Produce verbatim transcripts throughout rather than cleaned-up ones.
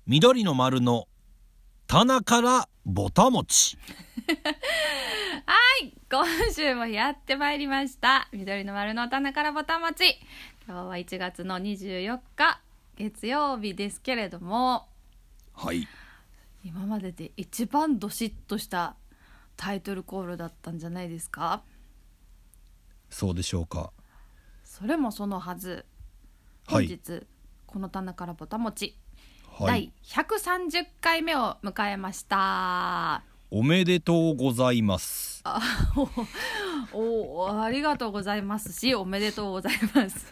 緑の丸の棚からぼたもちはい、今週もやってまいりました緑の丸の棚からぼたもち。今日はいちがつのにじゅうよっか月曜日ですけれども、 はい、 今までで一番ドシッとしたタイトルコールだったんじゃないですか。 そうでしょうか。 それもそのはず、本日、はい、この棚からぼたもち、はい、だいひゃくさんじゅっかいめを迎えました。 おめでとうございます。 あおおありがとうございますし、おめでとうございます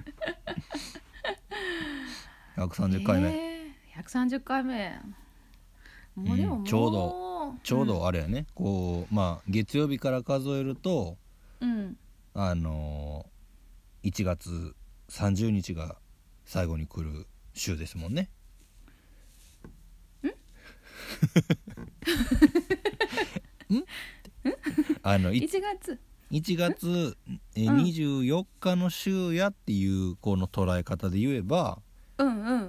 ひゃくさんじゅっかいめ、えー、ひゃくさんじゅっかいめもうでももう、 うん、ちょうどちょうどあれやね、うん、こうまあ月曜日から数えると、 うん、 あのー、いちがつさんじゅうにちが最後に来る週ですもんね。んんあのいちがついちがつにじゅうよっかの週やっていうこの捉え方で言えば、 うんうんうんうん、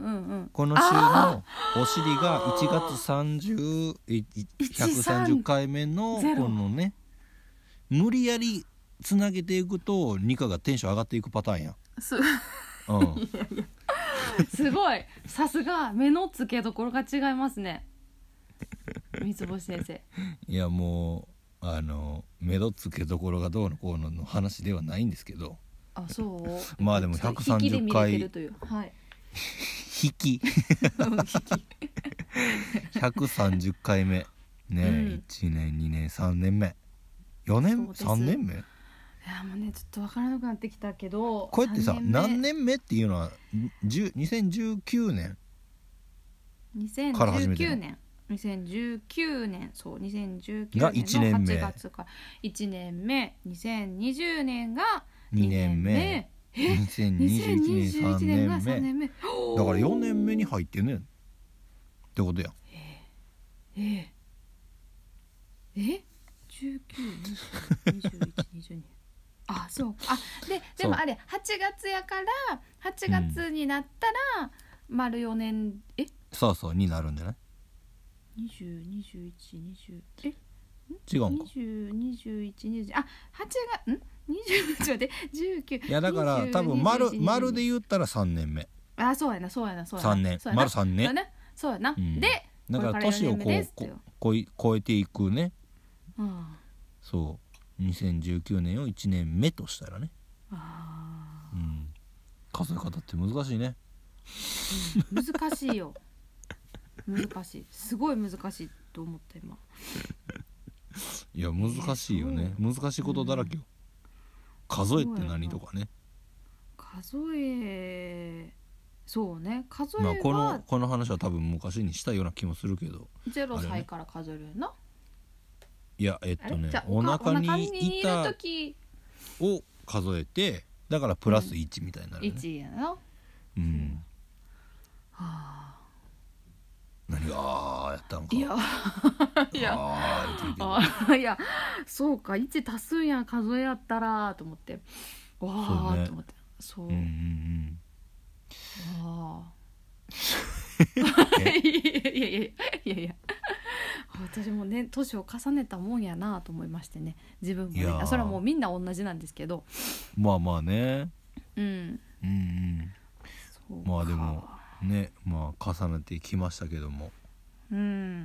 この週のお尻がいちがつさんじゅう、ひゃくさんじゅっかいめのこのね、無理やりつなげていくとニカがテンション上がっていくパターンや。 す、 うん、 いやいやすごい、さすが目の付けどころが違いますね三つ星先生。 いやもうあの目の付けどころがどうのこうのの話ではないんですけど、 あ、そうまあでもひゃくさんじゅっかい引きで見れてるという、はい、 引きひゃくさんじゅっかいめね、うん、いちねんにねんさんねんめよねんさんねんめ、いやもうねちょっと分からなくなってきたけど、 こうやってさ何年目っていうのはにせんじゅうきゅうねんから始めてる。 にせんじゅうきゅうねん、そうにせんじゅうきゅうねんのはちがつからいちねんめ、にせんにじゅうねんがにねんめ、 にせんにじゅういちねんさんねんめだからよねんめに入ってんねんってことや。 えー、えー、えじゅうきゅう、にじゅう、にじゅういち、にじゅうにあ、そうあででもあれはちがつやからはちがつになったら、うん、丸よねん、えそうそうになるんじゃない。 にじゅう、にじゅういち、にじゅうえ違うんか。 にじゅう、にじゅういち、にじゅうあはちがつんにじゅうちょっと待ってじゅうきゅういやだから多分丸丸で言ったらさんねんめ。 あ、そうやなそうやなそうやなさんねん丸さんねんそうやな、うん、でだから年をこうこう超えていくね、 うん、 そうにせんじゅうきゅうねんをいちねんめとしたらね、 あ、 うん、数え方って難しいね、 うん、難しいよ難しい、すごい難しいと思った今。 いや難しいよね、難しいことだらけよ、うん、数えって何とかね、 数えそうね数えは、 まあ、このこの話は多分昔にしたような気もするけど、 ゼロさいから数えるよな。 いやえっとねお腹にいたを数えて、だからプラスいちみたいになる、ね、 いちやな、 うん、 はあ、 何があーやったんか。 いやいやあいやそうかいち足すんや数えやったらと思ってわー、ね、と思ってそう、うんうんうん、わーいやいやいやいやいや私もね年を重ねたもんやなと思いましてね、自分もね、それはもうみんな同じなんですけど、 まあまあね、 うんうんうん、まあでもね、まあ重ねてきましたけども、 うん、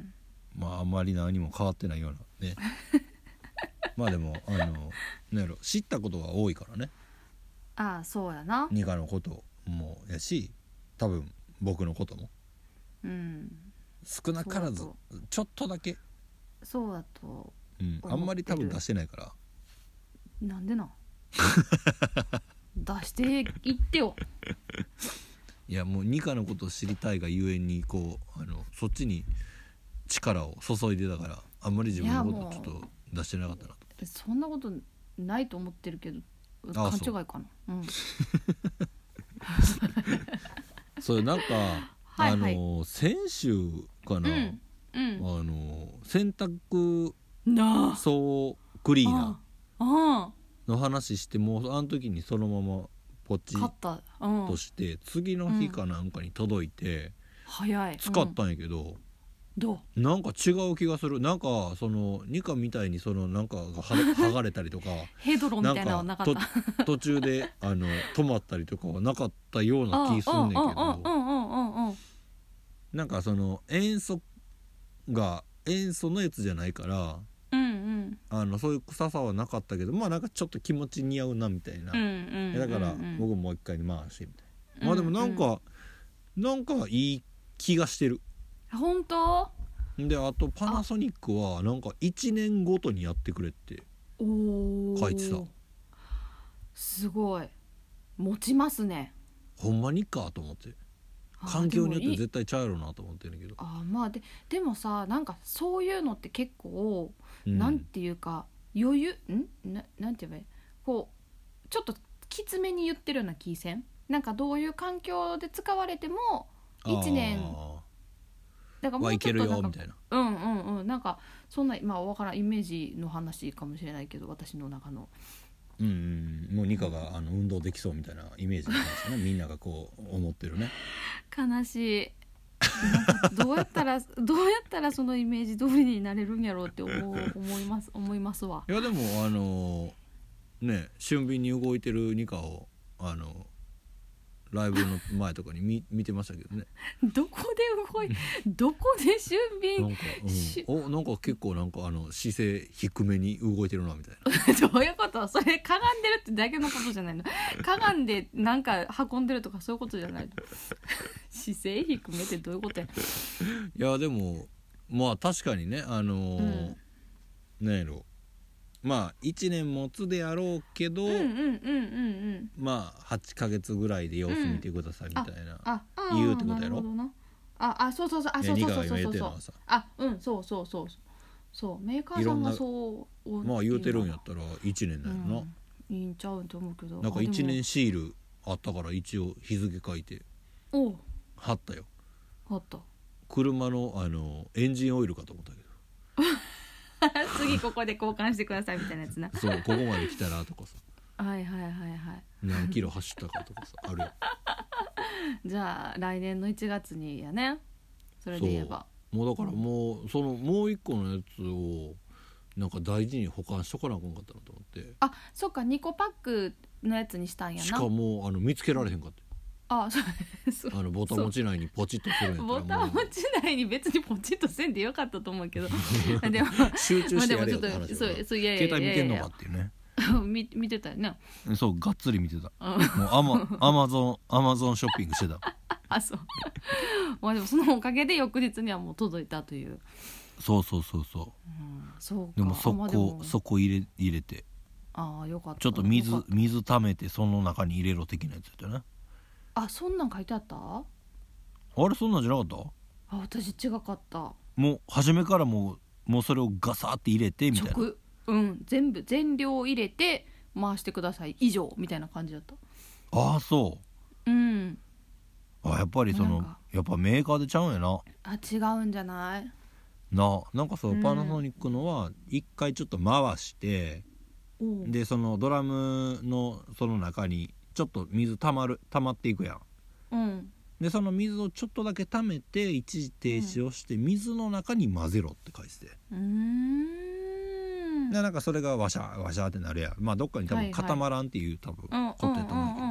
まああんまり何も変わってないようなねまあでもあのなんやろ、知ったことが多いからね。 ああそうやな、 ニカのこともやし多分僕のことも、 うん、 少なからずちょっとだけそうだと、 うん、あんまり多分出してないから。 なんでな出していってよいやもうニカのことを知りたいがゆえにこうあのそっちに力を注いでたから、あんまり自分のことちょっと出してなかったなと。 そんなことないと思ってるけど勘違いかな。うん、 そうなんかはい、はい、あの先週かな、 うんうん、 あの洗濯槽クリーナーの話して、もうあの時にそのままポチッとして、うん、次の日かなんかに届いて、 早い。 使ったんやけど、うん、 どうなんか違う気がする。なんかそのニカみたいにそのなんかが剥がれたりとかヘドロみたいなのはなかった。 なんか途中であの止まったりとかはなかったような気すんねんけど、なんかその塩素が塩素のやつじゃないから、 うんうん、 あのそういう臭さはなかったけど、まあなんかちょっと気持ち似合うなみたいな、 うんうんうんうん、 だから僕もう一回回してみたいな、まあでもなんか、うんうん、なんかいい気がしてる。 本当で、あとパナソニックはなんかいちねんごとにやってくれって書いてた。 すごい持ちますね。 ほんまにかと思って、環境によって絶対ちゃうやろなと思ってるけど、 あまあででもさ、なんかそういうのって結構、うん、なんていうか余裕ん な, なんて言えばいい、こうちょっときつめに言ってるような気せん。なんかどういう環境で使われてもいちねんだからもうちょっとなんか、いけるよみたいな、うんうんうん、なんかそんな、まあ分からんイメージの話かもしれないけど、私の中のうんうん、もうニカがあの運動できそうみたいなイメージなんですよねみんながこう思ってるね。 悲しい。なんかどうやったらどうやったらそのイメージ通りになれるんやろうって思う思います思いますわ。 いやでもあのね、俊敏に動いてるニカをあのライブの前とかに 見, 見てましたけどね。 どこで動いどこで俊敏なんか、うん、おなんか結構なんかあの姿勢低めに動いてるなみたいなどういうこと？それかがんでるってだけのことじゃないの？かがんでなんか運んでるとかそういうことじゃないの？姿勢低めってどういうことや？ いやでもまあ確かにね、あのーうん、なんやろ、まあいちねん持つであろうけど、まあはちかげつぐらいで様子見てくださいみたいな、うん、言うってことやろ。 ああそうそうそう、あそうそうそうそうそうそう、あうんそうそうそうそう、メーカーさんがそうまあ言うてるんやったらいちねんだよな、うん、 いいんちゃうと思うけど、 なんかいちねんシールあったから一応日付書いて貼ったよ。 貼った。 車のあのエンジンオイルかと思ったけど次ここで交換してくださいみたいなやつな。 そう、ここまで来たらとかさはいはいはいはい、 何キロ走ったかとかさあるよ。 じゃあ来年のいちがつにやね、それで言えばもうだからもうそのもう一個のやつをなんか大事に保管しとかなあかんかったなと思って。 あ、そっか、にこパックのやつにしたんやな。 しかもあの見つけられへんかって、 あそうあのボタン持ち内にポチッとするんやったらボタン持ち内に別にポチッとせんでよかったと思うけどでも集中してやれよって話だから、携帯見てんのかっていうね見, 見てたよね。 そうがっつり見てたもうアマアマゾンアマゾンショッピングしてたあそうまあでもそのおかげで翌日にはもう届いたという。 そうそうそうそう、うん、 そうか。 でもそこ、まあ、でもそこ入れ入れて、 ああよかった。 ちょっと水水溜めてその中に入れろ的なやつだったね。 あ、そんなん書いてあった？あれそんなんじゃなかった？ あ、私違かった。 もう初めからもうもうそれをガサって入れてみたいな、 うん全部全量入れて回してください以上みたいな感じだった。 ああそう。 うんあ、やっぱりそのやっぱメーカーでちゃうんやな。 あ、違うんじゃないな。なんかそう、うん、パナソニックのは一回ちょっと回して、うん、でそのドラムのその中にちょっと水たまる溜まっていくやん、うん、でその水をちょっとだけ溜めて一時停止をして、うん、水の中に混ぜろって書いてて、うーんでなんかそれがワシャワシャってなるやん。まあどっかに多分固まらんっていう、多分ことやと思うけど、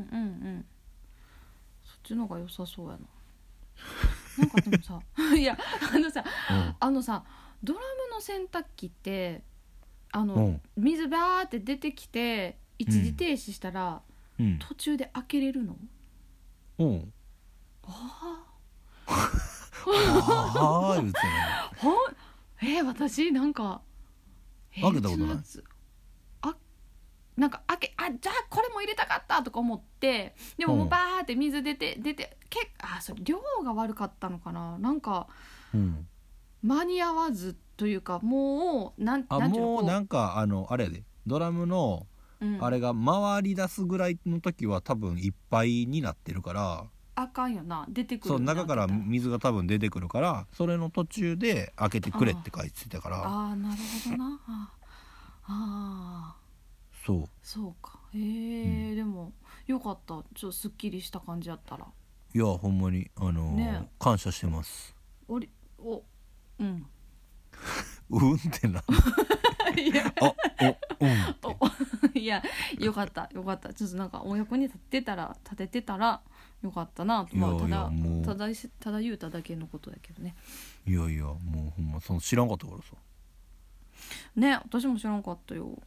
そっちの方が良さそうやななんかでもさいやあのさ、うん、あのさドラムの洗濯機ってあの、うん、水バーって出てきて一時停止したら、うん、途中で開けれるの？ うん。ああ。ああ言うてね。えー、私なんか、 えー、開けたことない。 あ、なんか開けあじゃあこれも入れたかったとか思ってでももうバーって水出て出てけあそれ量が悪かったのかななんか、うん、間に合わずというかもうなんあなんもうなんかあのあれやでドラムのうん、あれが回り出すぐらいの時は多分いっぱいになってるからあかんよな出てくる。 そう中から水が多分出てくるからそれの途中で開けてくれって書いてたから。 ああなるほどな。ああそうそうか。へえ、うん、でもよかった。ちょっとすっきりした感じやったらいやほんまにあのーね感謝してます。 おりおうんうんってないやあおうんっておいやよかったよかった。ちょっとなんかお役に立ってたら立ててたらよかったなと、まあ、 いやいやただもうただただ言うただけのことだけどね。 いやいやもうほんまその知らんかったからさ。 ね私も知らんかったよ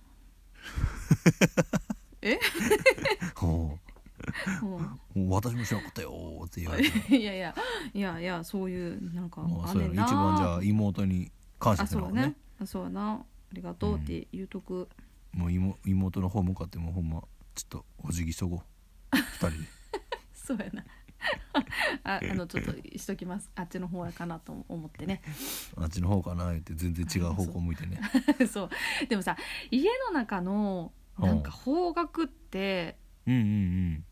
えほうん、 う私も知らんかったよーって言われていやいやいやいやそういうなんかまあそうやなあんねんな。 一番じゃあ妹に感謝あするのね。 そうねあそうやなありがとうって言うとく、 もう妹妹の方向かってもうほんまちょっとお辞儀しとこう二人でそうやなああのちょっとしときます。あっちの方やかなと思ってねあっちの方かな言って全然違う方向向いてねそうでもさ家の中のなんか方角ってうんうんうん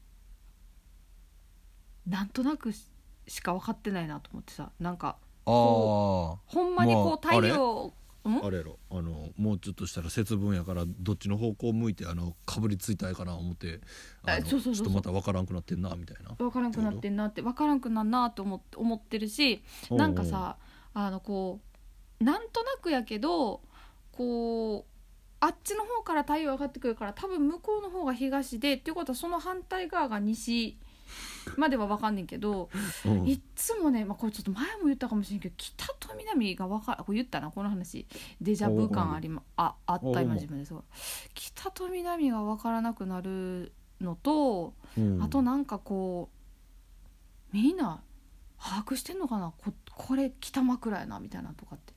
なんとなくししか分かってないなと思ってさなんかあほんまにこうまあ太陽、んああれやろあのもうちょっとしたら節分やからどっちの方向向いてあのかぶりついたいかな思ってあのあそうそうそうそうちょっとまた分からんくなってんなみたいな。 分からんくなってんなって分からんくなるなと思って思ってるしなんかさあのこうなんとなくやけどこうあっちの方から太陽上がってくるから多分向こうの方が東でっていうことはその反対側が西までは分かんねんけどうんうんいっつもね、まあ、これちょっと前も言ったかもしれんけど北と南が分かこれ言ったなこの話デジャブ感あり、ま、あ, あった今自分ですごい北と南が分からなくなるのと、 うんあとなんかこうみんな把握してんのかな こ, これ北枕やなみたいなとかって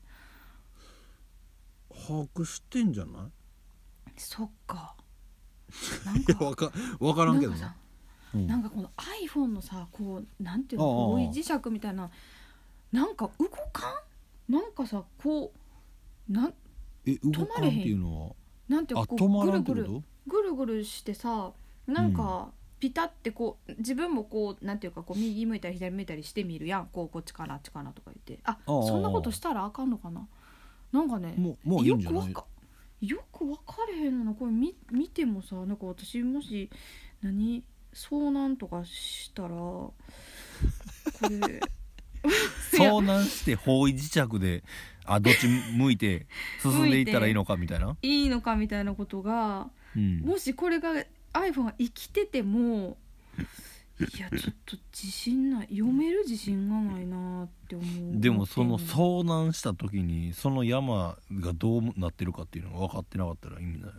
把握してんじゃない？ そっかなんいやかわかわからんけどな。 なんかさうんなんかこの iPhone のさこうなんていうのああ方位磁石みたいななんか動かんなんかさこうなんえ動かんっていうのはなんていうあかこう止まらんってぐるぐること？ ぐるぐるしてさなんかピタってこう自分もこうなんていうかこう右向いたり左向いたりしてみるやんこうこっちからあっちかなとか言ってあああそんなことしたらあかんのかななんかねもうもういいんじゃない？ よくわかよく分かれへんのなこれ 見, 見てもさなんか私もし何遭難とかしたらこれ遭難して方位磁石であどっち向いて進んでいったらいいのかみたいな、 いいのかみたいなことが、 うん、 もしこれが iPhone が生きててもいやちょっと自信ない読める自信がないなって思う。 でもその遭難した時にその山がどうなってるかっていうのが分かってなかったら意味ないよね。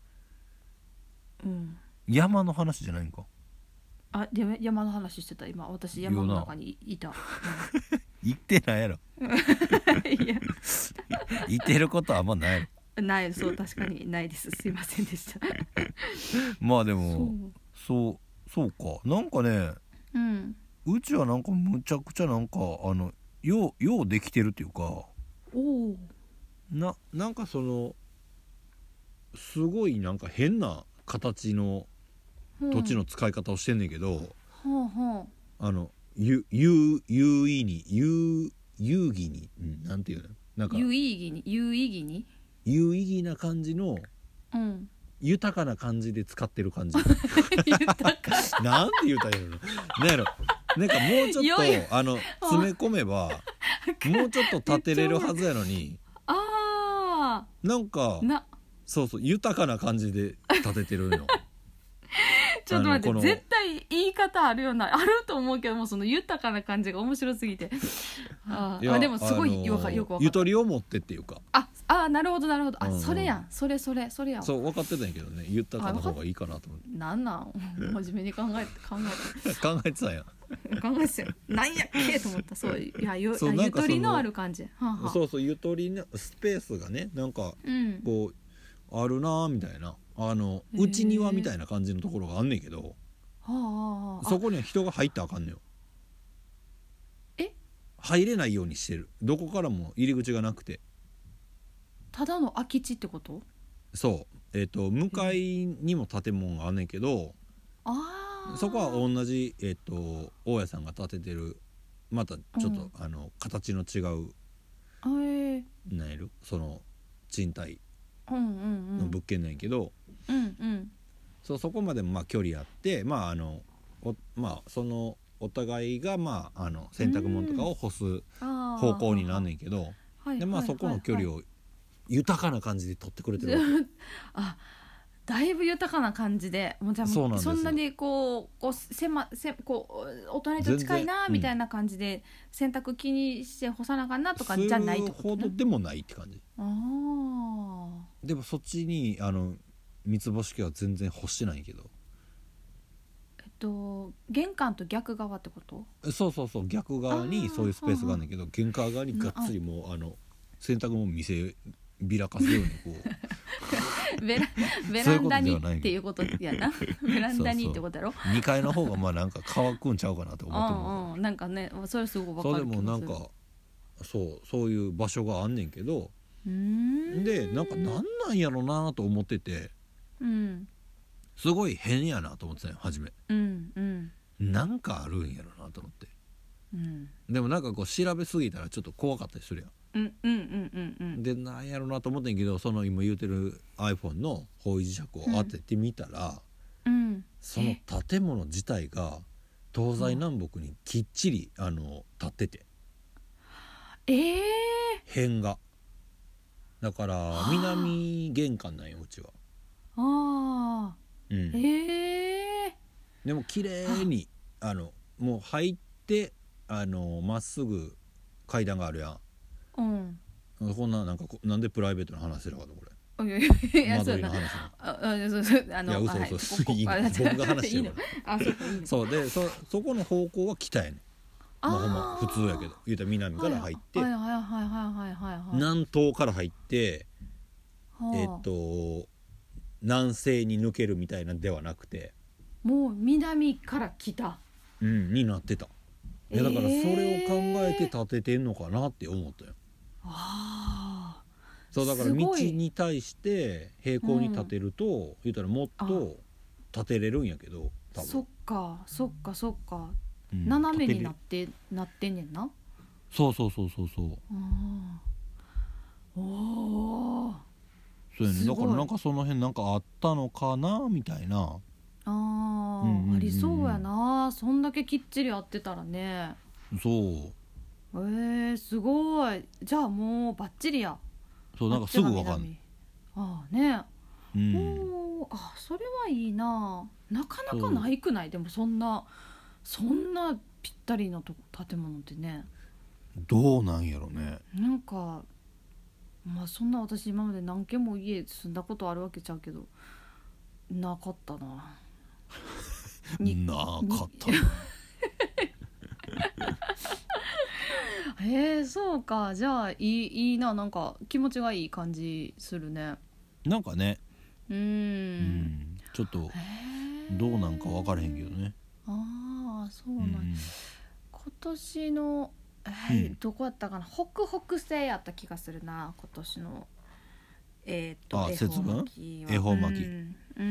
うん山の話じゃないんか。 あでも山の話してた今私山の中にいた、うん、 行ってないやろいや行ってることはあんまないやろないそう確かにないですすいませんでしたまあでもそうそうかなんかね、 うん、 うちはなんかむちゃくちゃなんかあのようようできてるっていうかおななんかそのすごいなんか変な形の土地の使い方をしてんねんけど、 はあはあ、あのゆ有有意に有有義に、うん、なんていうのなんか有意義に有意義に有意義な感じのうん豊かな感じで使ってる感じ豊かなんて言うたらいいのなんやろなんかもうちょっよいとあの詰め込めばもうちょっと立てれるはずやのにあなんかーなそうそう豊かな感じで立ててるのちょっと待あのこのって絶対言い方あるよなあると思うけどもその豊かな感じが面白すぎてあいやあでもすごいあのよくよくわかったゆとりを持ってっていうかああなるほどなるほどあ、 うんうん、 それやんそれそれそれやんそう分かってたんやけどね豊かな方がいいかなと思ってなんなん真面目に考えて考えて考えてたんや考えてたよなんやっけと思ったそういやゆそうなんかそのゆとりのある感じ、はあはあ、 そうそうゆとりのスペースがねなんかうんこうあるなみたいなあの内庭みたいな感じのところがあんねんけど、 はあはあ、 そこには人が入ったらあかんのよ。 え入れないようにしてるどこからも入り口がなくてただの空き地ってことそうえっ、ー、と向かいにも建物があんねんけどあそこは同じえっ、ー、と大家さんが建ててるまたちょっと、うん、あの形の違うえなんやろその賃貸うんうんうんの物件なんやけど、 うんうんそうそこまでもまあ距離あってまああのまあそのお互いが、まあ、あの洗濯物とかを干す方向になんねんけど、でまあそこの距離を豊かな感じで取ってくれてるわけ。 あ、だいぶ豊かな感じで、もうじゃあ そ, そうなんですよ。 そんなにこうこう狭せこう大人と近いなみたいな感じで、洗濯気にして干さなあかんなとかじゃないってことね。 するほどでもないって感じ。 あでもそっちにあの三つ星家は全然干してないけど、 えっと玄関と逆側ってこと？ そうそうそう、逆側にそういうスペースがあるんだけど、玄関側にがっつりもうあの洗濯物見せびらかすようにこうベラベランダにっていうことやなベランダにってことやろ。 そうそうにかいの方がまあなんか乾くんちゃうかなと思ってもうん、うん、なんかね、それすごい分かる気がする。 そうでもなんかそうそういう場所があんねんけど、 うーんでなんかなんなんやろなと思ってて、 うん、 すごい変やなと思ってたよ初め。 うんうんなんかあるんやろなと思って、 うん、 でもなんかこう調べすぎたらちょっと怖かったりするやん。 うんうんうんうんうんでなんやろなと思ってんけど、その今言うてる iPhone の方位磁石を当ててみたら、 うん、 その建物自体が東西南北にきっちりあの立ってて、 えー、 辺がだから南玄関なんようちは。 あうん、 えー、 でも綺麗にあのもう入ってあのまっすぐ階段があるやん。 うん、 こんななんかこなんでプライベートの話してるかとこれ。 いやいやいや間取りの話ああそうそうあのいや嘘はい嘘ここいいのあ僕が話してるいいのあそうかいいのそうで そ, そこの方向は北やねん。まあ、ほんま普通やけど言うたら南から入って、 はいはいはいはいはいはいはい南東から入って、 はあ、 えっと南西に抜けるみたいなんではなくて、 もう南から北、 うん、になってた。いやだからそれを考えて建ててんのかなって思ったよ。 ああそうだから道に対して平行に建てると、うん、言うたらもっと建てれるんやけど、多分そっかそっかそっか、 うん、 斜めになってなってんねんな。 そうそうそうそうそう。 あおおそうやね。だからなんかその辺なんかあったのかなみたいな。 あ、 うんうんうんうん、 ありそうやな。そんだけきっちり合ってたらね。 そうえー、すごい。じゃあもうバッチリや。 そうなんかすぐわかんない。 ああね、 うん、 おあそれはいいな。なかなかないくない？でもそんなそんなぴったりのと建物ってね。 どうなんやろね。なんかまあそんな私今まで何軒も家住んだことあるわけちゃうけどなかったななかったなへえそうか。じゃあいい、いいな。なんか気持ちがいい感じするね。 なんかねうーんうんちょっとどうなんか分からへんけどね。 ああそうなん、うん、今年のえー、 うん、 どこやったかな。北北西やった気がするな今年のえー、っとあ恵方巻きは恵方巻き、 うん、うん、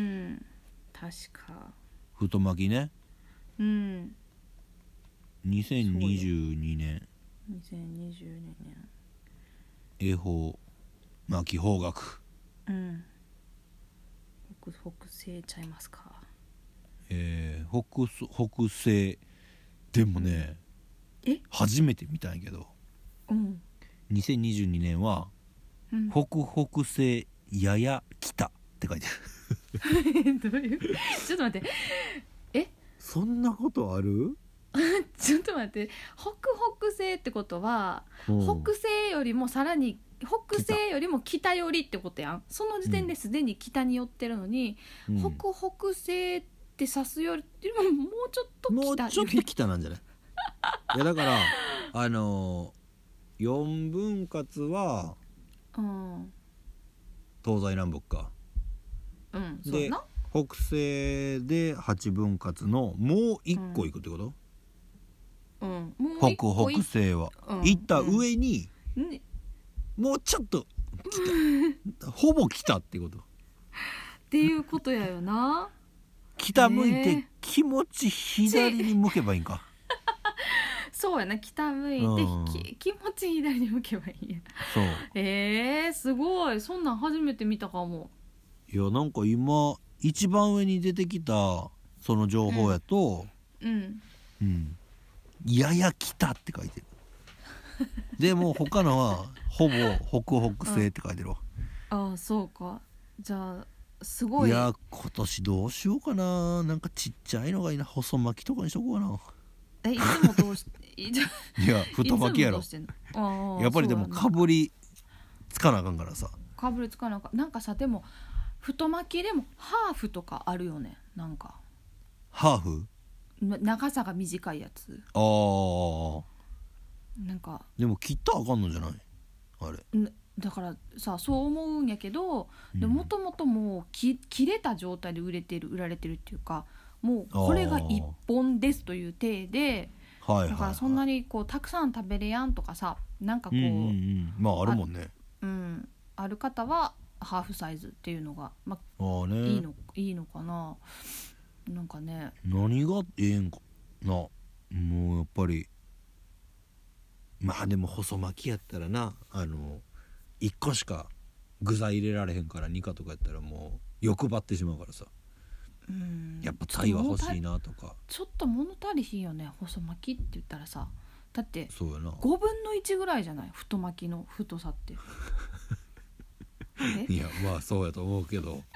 確か太巻きね。 うんにせんにじゅうにねんにせんにじゅうにねん恵方巻き方角、 うん、北北西ちゃいますか。 えー、北北西でもね、 え初めて見たんやけど、 うん、 にせんにじゅうにねんは、うん、北北西やや北って書いてあるどういうちょっと待ってえそんなことあるちょっと待って、北北西ってことは、うん、北西よりもさらに北西よりも北寄りってことやん。その時点ですでに北に寄ってるのに、うん、北北西って指すよりももうちょっと北もうちょっと北なんじゃないいやだからあのー、よんぶん割は、うん、東西南北か、 うん、そうでな北西ではちぶん割のもういっこいくってこと、 うん、 北北西は、うん、行った上に、うん、もうちょっと北ほぼ北ってことっていうことやよな。 北向いて気持ち左に向けばいいんかそうやな、北向いて、うん、気持ち左に向けばいいや。 そうえー、すごい。そんなん初めて見たかも。 いやなんか今一番上に出てきたその情報やと、 うんうん、 うんやや北って書いてるでも他のはほぼ北北西って書いてるわ、 ああそうか。じゃあすごい。 いや今年どうしようかな。なんかちっちゃいのがいいな。細巻きとかにしとこうかな。 えいつもどうしいじゃいや太巻きやろ。 いつもどうしてんの。ああやっぱりでもかぶりつかなあかんからさ。 かぶりつかなかなんかさ。でも太巻きでもハーフとかあるよね。なんかハーフな長さが短いやつ。 あーなんかでも切ったらあかんのじゃないあれ。 んだからさそう思うんやけど、 うんでもともともうき切れた状態で売れてる売られてるっていうか、もうこれが一本ですという体で、 はいはいはい、 だからそんなにこうたくさん食べれやんとかさ、なんかこう、 うんうんうんまああるもんね。 あ、うん、ある方はハーフサイズっていうのが、まあ、 ああねいいのいいのかな。なんかね何がええんかな。もうやっぱりまあでも細巻きやったらな、あのいっこしか具材入れられへんからにかとかやったらもう欲張ってしまうからさ、 うん、 やっぱタイは欲しいなとか。 ちょっと物足りひんよね細巻きって言ったらさ。だってそうやな。 ごぶんのいちぐらいじゃない太巻きの太さってえいやまあそうやと思うけど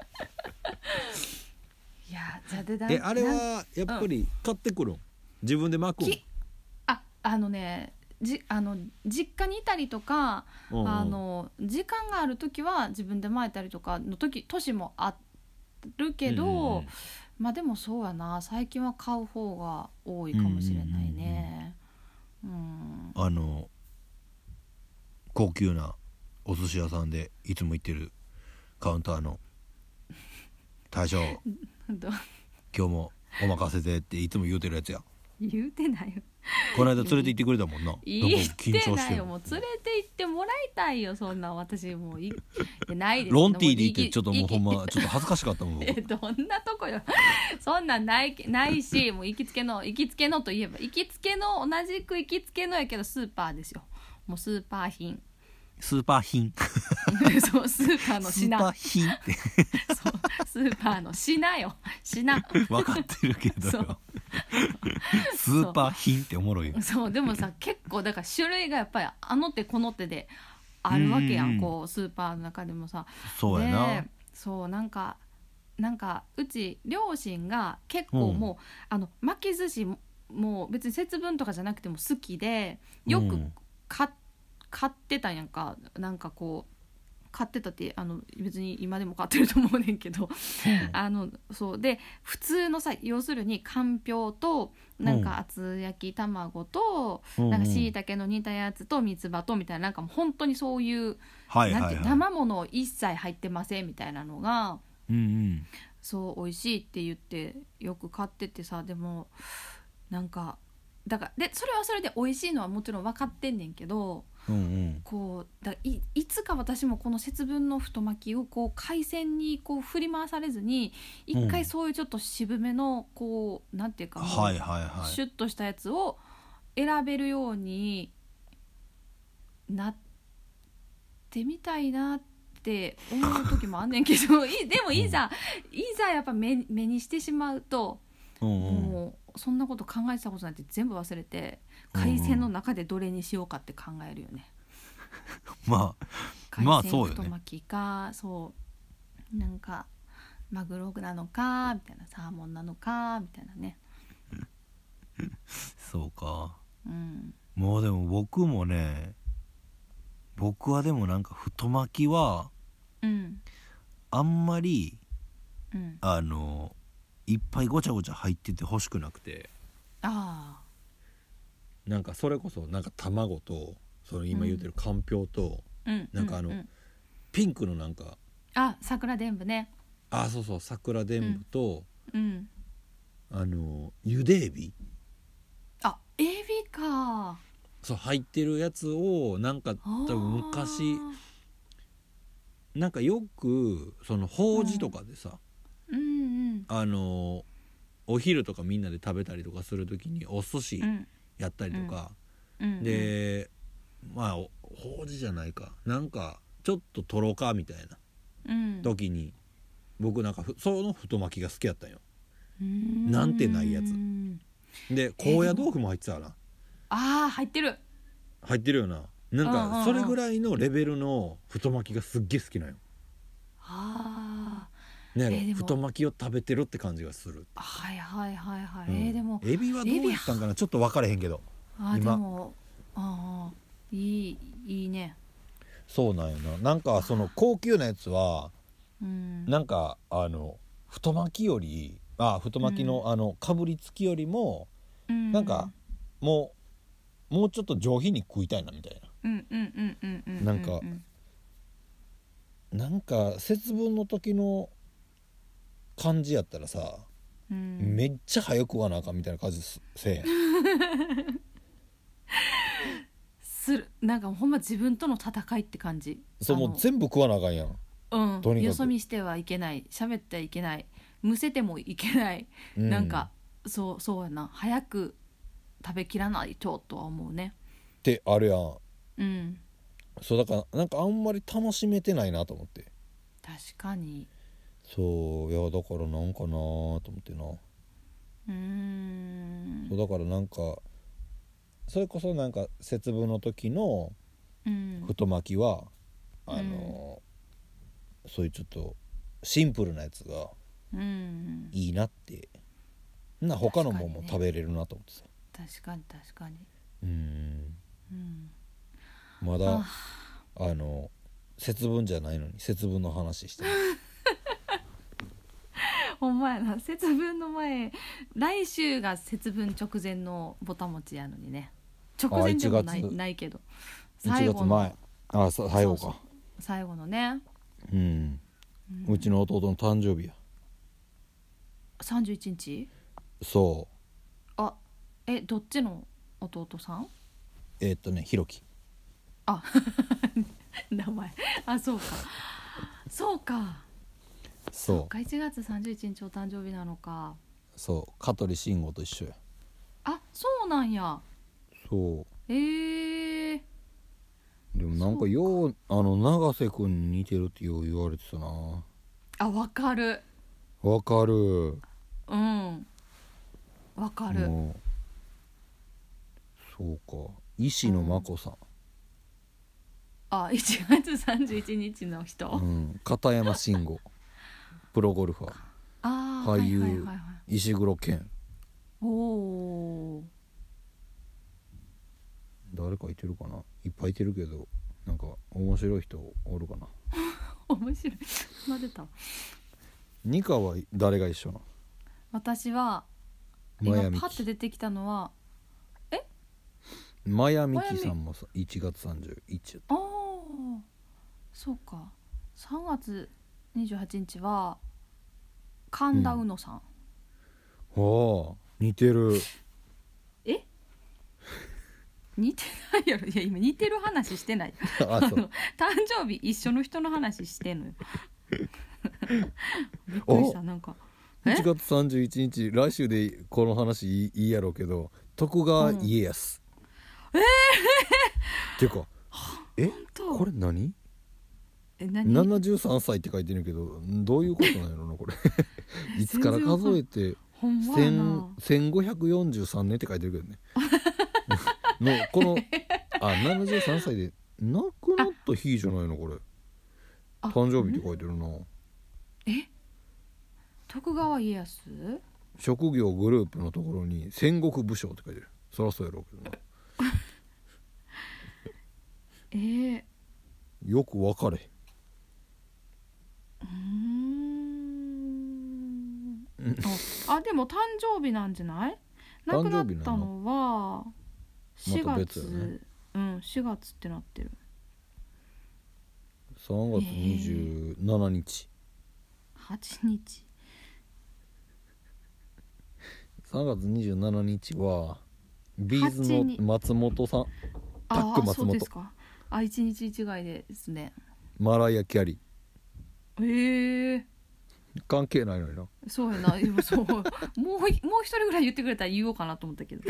いやじゃあでだえあれなんはやっぱり買ってくるん、自分で巻くん。 きああのねじあの実家にいたりとか、 うんうんあの時間がある時は自分で巻いたりとかの時年もあるけど、 うんうんうん、 まあでもそうやな、最近は買う方が多いかもしれないね。うんあの高級なお寿司屋さんでいつも行ってるカウンターの大将ど今日もお任せでっていつも言うてるやつや。 言うてないよ。 この間連れて行ってくれたもんな。 言なんかってないよ。もう連れて行ってもらいたいよ。そんな私もういないです。 ロンティーで行ってちょっともうほんまいちょっと恥ずかしかったもん僕えどんなとこよ。そんなんないないし、もう行きつけの行きつけのといえば行きつけの同じく行きつけのやけどスーパーですよ。もうスーパー品。 スーパー品そうスーパーの品。 スーパー品ってそうスーパーの品よ品。 分かってるけどそうよスーパー品っておもろいよ。 そうでもさ結構だから種類がやっぱりあの手この手であるわけやん、 うんうんこうスーパーの中でもさ。 そうやなでそうなんかなんかうち両親が結構もう、 うんあの巻き寿司ももう別に節分とかじゃなくても好きでよくうん買買ってたんやんか。なんかこう買ってたってあの別に今でも買ってると思うねんけどあのそうで普通のさ要するにかんぴょうとなんか厚焼き卵と、 うん、 なんかしいたけの煮たやつと三つ葉とみたいな、なんかもう本当にそういう、 はいはいはい、 なんていう生もの一切入ってませんみたいなのがうんうんそう美味しいって言ってよく買っててさ。でもなんかだからでそれはそれで美味しいのはもちろん分かってんねんけど、 うんうんこうだ い, いつか私もこの節分の太巻きをこう海鮮にこう振り回されずに一回そういうちょっと渋めのこうなんていうかもうはいはいはいシュッとしたやつを選べるようになってみたいなって思う時もあんねんけどいでもいざ、うん、いざやっぱ 目, 目にしてしまうと、うんうん、もうそんなこと考えてたことなんて全部忘れて海鮮の中でどれにしようかって考えるよね。 まあまあそうよね。 海鮮太巻きか、そうなんかマグロなのかみたいな、サーモンなのかみたいなね。 そうか、 うん、 もうでも僕もね僕はでもなんか太巻きは、 うん、 あんまり、 うん、 あのいっぱいごちゃごちゃ入ってて欲しくなくて、 あなんかそれこそなんか卵とその今言うてるかんぴょうと、 うん、 なんかあの、 うんうん、 ピンクのなんかあ桜でんぶね。 あそうそう桜でんぶと、 うんうん、 あのゆでエビあエビかそう入ってるやつをなんか多分昔なんかよくその法事とかでさ、 うんうんうん、 あのお昼とかみんなで食べたりとかするときにお寿司やったりとか、 うんうんうん、 でまあ法事じゃないかなんかちょっととろかみたいな時に、うん、僕なんかその太巻きが好きやったんよ。なんてないやつで高野豆腐も入ってたな。 あー入ってる入ってるよな。なんうんうんうんかそれぐらいのレベルの太巻きがすっげえ好きなんよ。 あね、 えーでも太巻きを食べてるって感じがする。 ーはいはいはいはい、 うんえーでもエビはどうやったんかなちょっと分かれへんけど。 あーで今もあーいいいいね。 そうなんよな。なんかその高級なやつはうんなんかあの太巻きよりあ太巻きの、 うんあのかぶりつきよりもうんなんかもうもうちょっと上品に食いたいなみたいうんうんうんうんうんうんなんかな。なんか節分の時の感じやったらさ、 うん、 めっちゃ早く食わなあかんみたいな感じすせえへんするなんかほんま自分との戦いって感じ。 そうもう全部食わなあかんやん。 うんとにかくよそ見してはいけない喋ってはいけないむせてもいけない、 うんなんかそうそうやな早く食べきらないととは思うね。 ってあるやん。 うんそうだからなんかあんまり楽しめてないなと思って。 確かに。 そういやだからなんかなと思ってな。 うーんそうだからなんかそれこそなんか節分の時のうん太巻きはあの、うん、そういうちょっとシンプルなやつがうんいいなってな他のもんも確かにね食べれるなと思ってさ。 確かに確かに。 うんうんまだああの節分じゃないのに節分の話してますほんまやな節分の前来週が節分直前のぼたもちやのにね。直前でもないあいちがつないけどいちがつまえあさ最後か。 そうそう最後のね、 うん、 うんうちの弟の誕生日や。 さんじゅういちにち。 そあえどっちの弟さん。 うえー、っとねひろき。 あ名前あそうかそうかそうそっかいちがつさんじゅういちにちお誕生日なのか。 そう香取慎吾と一緒や。 あそうなんや。 そえー、 うでもなんかようあの永瀬くんに似てるってよう言われてたな。 あわかるわかる。 うんわかる。 もうそうか石野真子さん、 あいちがつさんじゅういちにちの人、 うん、片山慎吾プロゴルファーあ俳優、 はいはいはいはい石黒賢。 おお誰かいてるかないっぱいいてるけどなんか面白い人おるかな。 面白いま出た。 ニカは誰が一緒なの。 私は今マヤミキパッて出てきたのはマヤミキさんもさいちがつさんじゅういちやった。 ああそうかさんがつにじゅうはちにちは神田うのさん、 はあ似てる。 え似てないやろ。いや今似てる話してないあそうあの誕生日一緒の人の話してんのよびっくりしたなんかえいちがつさんじゅういちにち来週でこの話いいいいやろうけど徳川家康、うん、えー、てかえこれ何え何ななじゅうさんさいって書いてるけどどういうことなんやろなこれいつから数えてほんまやなせんごひゃくよんじゅうさんねんって書いてるけどねのこのあななじゅうさんさいで亡くなった日じゃないのこれ誕生日って書いてるな。 え徳川家康職業グループのところに戦国武将って書いてる。そりゃそうやろうけどなえー、 よく分かれへん。 うーんああでも誕生日なんじゃない。亡くなったのはしがつ、 また別やね、 うんしがつってなってる。 さんがつにじゅうしちにち、 はちにちさんがつにじゅうしちにちはビーズの松本さんタック松そう本ですか。あ一日違いですね。 マライア・キャリーへえ関係ないのにな。 そうやなでもそうもうもう一人ぐらい言ってくれたら言おうかなと思ったけど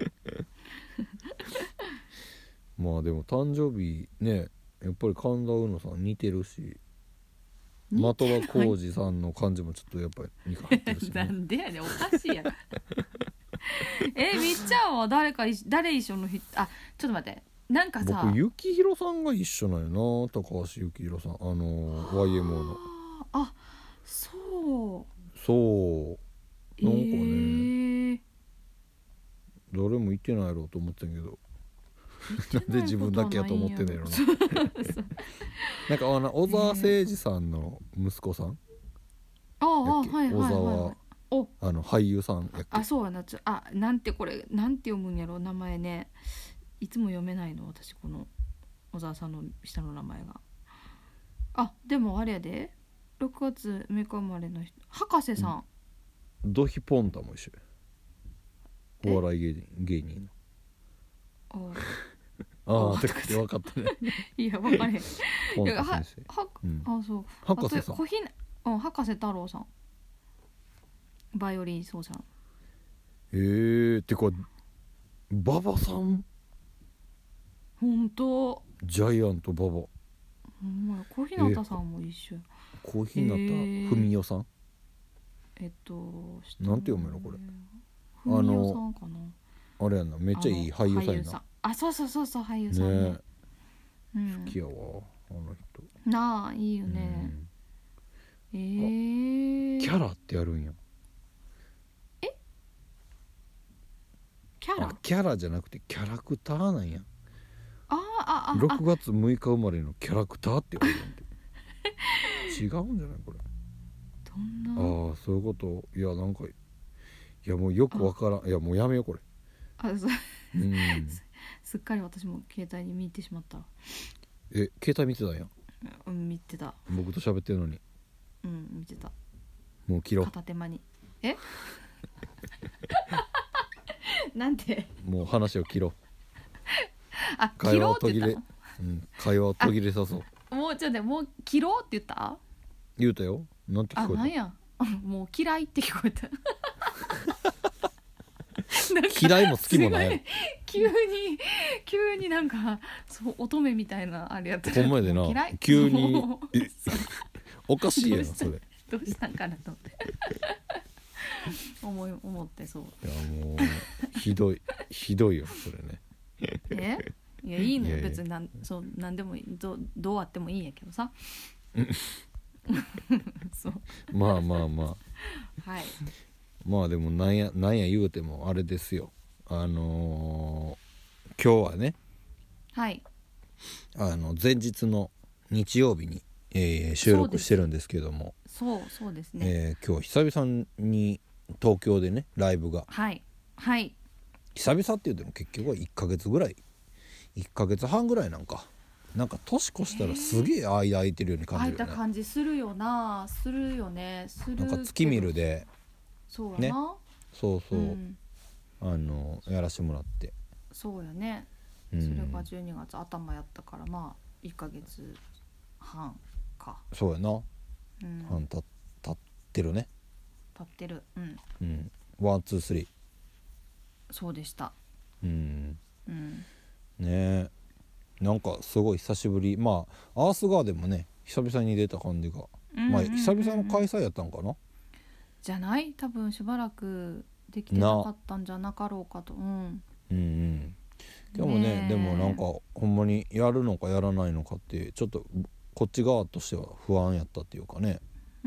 まあでも誕生日ねやっぱり神田うのさん似てるし的場浩二さんの感じもちょっとやっぱり似通ってるし、ね、 なんでやねんおかしいやろえみっちゃんは誰か誰一緒の人？あちょっと待ってなんかさ僕幸宏さんが一緒なんよな。高橋幸宏さんあの ワイエムオー の。 あそうそうなんかね、えー、 誰も言ってないやろうと思ってんけどなんで自分だけやと思ってんだよななんかあの小沢誠二さんの息子さん、 ああはいはいはい、はい、 小沢あの俳優さんやっけ。 あそうやなちょあなんてこれなんて読むんやろ名前ね。いつも読めないの私この小沢さんの下の名前が。あでもあれやでろくがつむいか生まれの人博士さん、 うん、ドヒポンタも一緒や。お笑い芸人芸人のああって分かったねいや分かれへんポンタ先生はは、うん、あそう博士さん小ひな、うん、博士太郎さんバイオリン奏者。 えー、ってか馬場さんほんとジャイアント馬場ほんまや小日向さんも一緒。 小日向文代さんえっとなんて読むのこれ。 文代さんかな。 あれやなめっちゃいい俳優さんやな。 あそうそうそうそう俳優さんね、 うん、好きやわあの人なあいいよね、うん、えー、 キャラってやるんや。 えキャラあキャラじゃなくてキャラクターなんや。 あああろくがつむいか生まれのキャラクターって言われるんで違うんじゃないこれ。 どんなああそういうこと。いやなんかいやもうよくわからん。いやもうやめようこれ。 あそう、 うん、 すっかり私も携帯に見てしまった。 え携帯見てたんや。 うん見てた。 僕と喋ってるのに。 うん見てた。 もう切ろう。 片手間にえなんてもう話を切ろう。 あ切ろうって言ったの、 うん、会話を途切れさそう。 もうちょっともう切ろうって言った言うたよ。なんて聞こえた。 あなんやもう嫌いって聞こえた嫌いも好きもない。 急に急になんかそう乙女みたいなあれやったほんまやでな。 嫌い急におかしいやんそれ。 どうしたんかなと思って思い思ってそう。 いやもうひどいひどいよそれね。 えいやいいのよ別になんそうなんでもいい ど, どうあってもいいんやけどさそうまあまあまあはいまあでもなんやなんや言うてもあれですよ。あのー、今日はねはいあの前日の日曜日に、えー、収録してるんですけどもそうそうですね、 えー、今日久々に東京でねライブがはいはい久々って言っても結局はいっかげつぐらいいっかげつはんぐらいなんかなんか年越したらすげえ間空いてるように感じるよね。 空いた感じするよなするよねするなんか月見るでそうやな、 ね、そうそう、うん、あのやらしてもらってそうやね、うん、それがじゅうにがつ頭やったからまあいっかげつはんか。 そうやな、うん、半た経ってるね経ってるうんうんワンツースリーそうでしたうん、 うん、 ねえなんかすごい久しぶり。まあアースガーデンもね久々に出た感じが、うんうんうんうん、まあ久々の開催やったんかなじゃない多分しばらくできてなかったんじゃなかろうかと。うんうんうんでもねでもなんかほんまにやるのかやらないのかってちょっとこっち側としては不安やったっていうかね、 うん、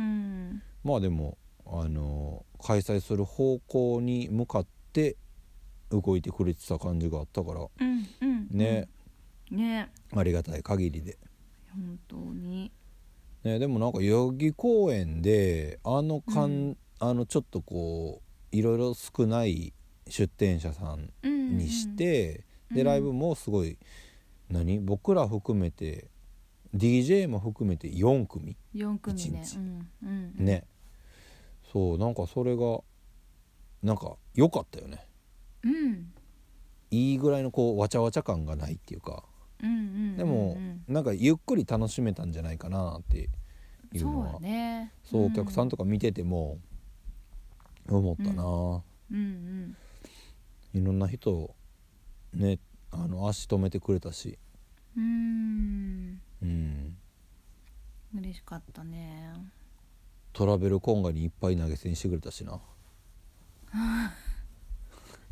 まあでもあの開催する方向に向かって動いてくれてた感じがあったから、 うんうん、 ね、 ねありがたい限りで本当に、 ね、でもなんか代々木公園であのかん、うん、あのちょっとこういろいろ少ない出店者さんにして、うんうん、でライブもすごい何僕ら含めて ディージェー も含めてよんくみよんくみね、 うんうんうん、ねそうなんかそれがなんか良かったよね、 うん、 いいぐらいのこうわちゃわちゃ感がないっていうか、 うんうんうんうん、 でもなんかゆっくり楽しめたんじゃないかなっていうのはそうね、 そうお客さんとか見てても思ったな、うんうんうん、 いろんな人ねあの足止めてくれたしうーん、 うん、 嬉しかったね。 トラベルコンガにいっぱい投げ銭してくれたしな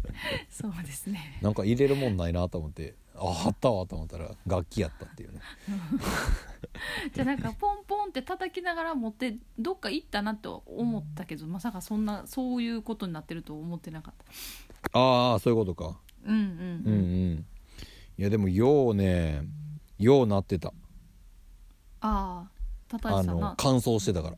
そうですね。 なんか入れるもんないなと思って、ああったわと思ったら楽器やったっていうね。 じゃあなんかポンポンって叩きながら持ってどっか行ったなと思ったけど、まさかそんなそういうことになってると思ってなかった。 ああそういうことか。 うんうんうん。 うんうん。いやでもようねようなってた。 ああ叩いてたな。 あの乾燥してたから、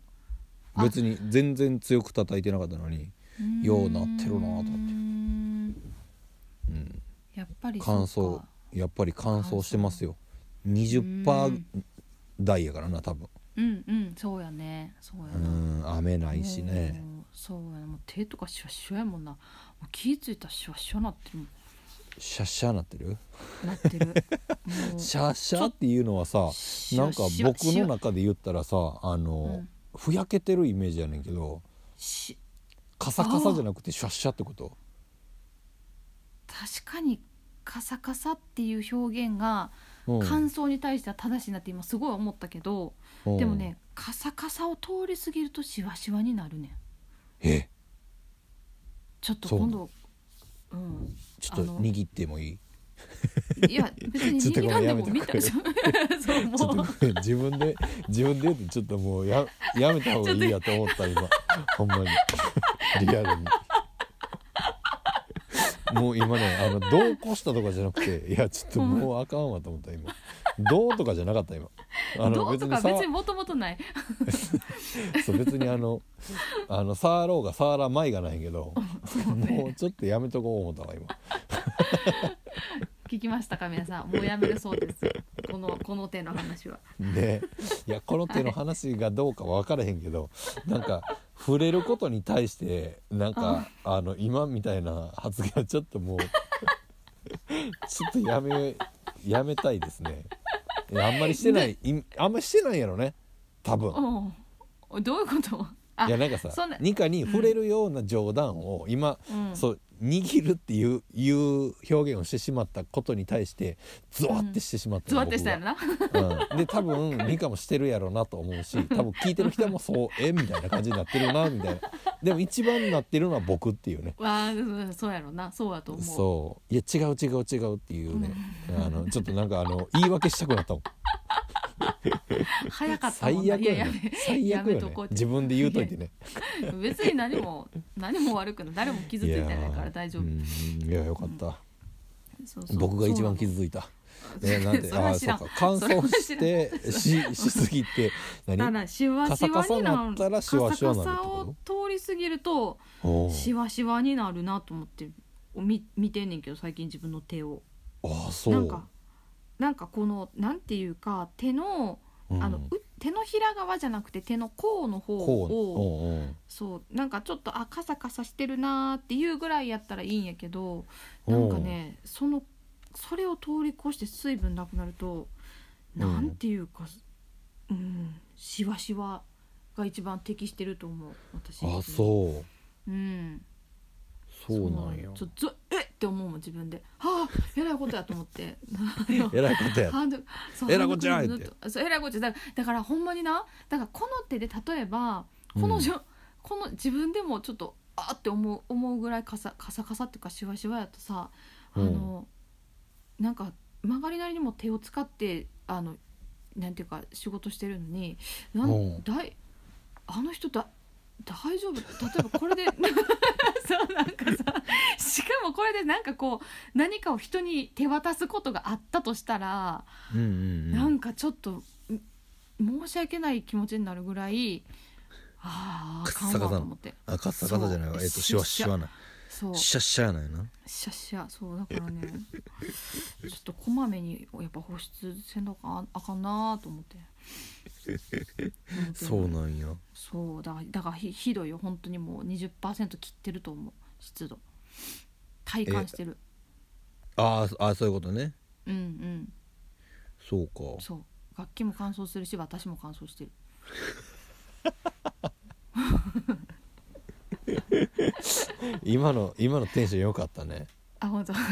別に全然強く叩いてなかったのにようなってるなと思って。うん、 やっぱり乾燥やっぱり乾燥してますよ。 にじゅっパーセント 台やからな多分。 うんうんそうやねそうやな。 うん雨ないしね。 そうやな、もう手とかシワシワやもんな。もう気ぃついたらシワシワなってるもん。 シャッシャーなってるなってる。もうシャッシャーっていうのはさ、なんか僕の中で言ったらさ、あの、うん、ふやけてるイメージやねんけど、カサカサじゃなくてシャッシャーってこと？ 確かにカサカサっていう表現が乾燥に対しては正しいなって今すごい思ったけど、うん、でもねカサカサを通り過ぎるとシワシワになるねん。 えちょっと今度うん、 ちょっと握ってもいい？ いや別に握らんでも見たそうもうちょっと自分で自分で言ってちょっともう や, やめた方がいいやと思った今ほんまにリアルにもう今ねあのどうこしたとかじゃなくて、いやちょっともうあかんわと思った今。どうとかじゃなかった今。 あのどうとか別にもともとないそう別にあのあの触ろうが触らまいがないけど、ね、もうちょっとやめとこう思ったわ今聞きましたか皆さん、もうやめるそうですこのこの手の話はね。いやこの手の話がどうか分からへんけど、なんか触れることに対してなんかあの今みたいな発言はちょっともうちょっとやめやめたいですね。あんまりしてない、あんまりしてないやろね多分。 どういうこと？ いやなんかさニカに触れるような冗談を今、うん、そう握るっていういう表現をしてしまったことに対してゾワってしてしまった、うん、 ゾワってしたやろな、 うん、で多分ニカもしてるやろなと思うし、多分聞いてる人もそうえみたいな感じになってるなみたいな。でも一番なってるのは僕っていうね。 わあそうやろな、そうやと思う。 そういや違う違う違うっていうね、うん、あのちょっとなんかあの言い訳したくなったもん早かったもんな。 最悪よね、最悪よね自分で言うといてね別に何も何も悪くない、誰も傷ついてないから大丈夫。 いやよかった、うん、そうそう僕が一番傷ついた。えー、なんてあそうか乾燥してししすぎて何シワシワになる、 カサカサになったらシワシワになるってこと？ カサカサを通り過ぎるとシワシワになるなと思って見見てんねんけど最近自分の手を。 ああそう。 なんかなんかこのなんていうか手のあの、うん、手のひら側じゃなくて手の甲の方を、うん、そうなんかちょっとあカサカサしてるなっていうぐらいやったらいいんやけど、なんかねそのそれを通り越して水分なくなると、うん、なんていうか、うん、シワシワが一番適してると思う私。 あそう。 うん。 そうなんや。 ちょっとえって思うもん自分で。はあえらいことやと思って。 えらいことや。えらいことやって。 そうえらいことやだからだからほんまにな、だからこの手で例えばこの、うん、この自分でもちょっとあって思う思うぐらいカサカサカサっていうかシワシワやとさ、あの、うん、なんか曲がりなりにも手を使ってあのなんていうか仕事してるのに、なんだいあの人だ大丈夫、例えばこれでそうなんかさ、しかもこれでなんかこう何かを人に手渡すことがあったとしたら、うんうんうん、なんかちょっと申し訳ない気持ちになるぐらい、ああかんわと思って。 あカッサカサじゃないわ、えっとシワシワない、 そうシャッシャやないな、 シャッシャ、そうだからねちょっとこまめにやっぱ保湿せんとかあかんなと思ってそうなんや。 そうだだから ひ, ひどいよ本当に。もう にじゅっパーセント 切ってると思う湿度、体感してる。 ああそういうことね。 うんうん、 そうか。 そう楽器も乾燥するし私も乾燥してる今の今のテンション良かったね。 あ本当、うん、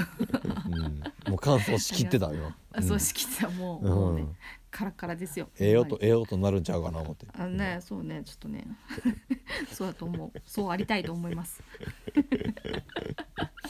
もう乾燥しきってたよ。 あそうしきってたもう、うん、もうねカラカラですよ。 ええ音ええ音なるんちゃうかな思って。 あね、そうねちょっとねそうだと思う。そうありたいと思います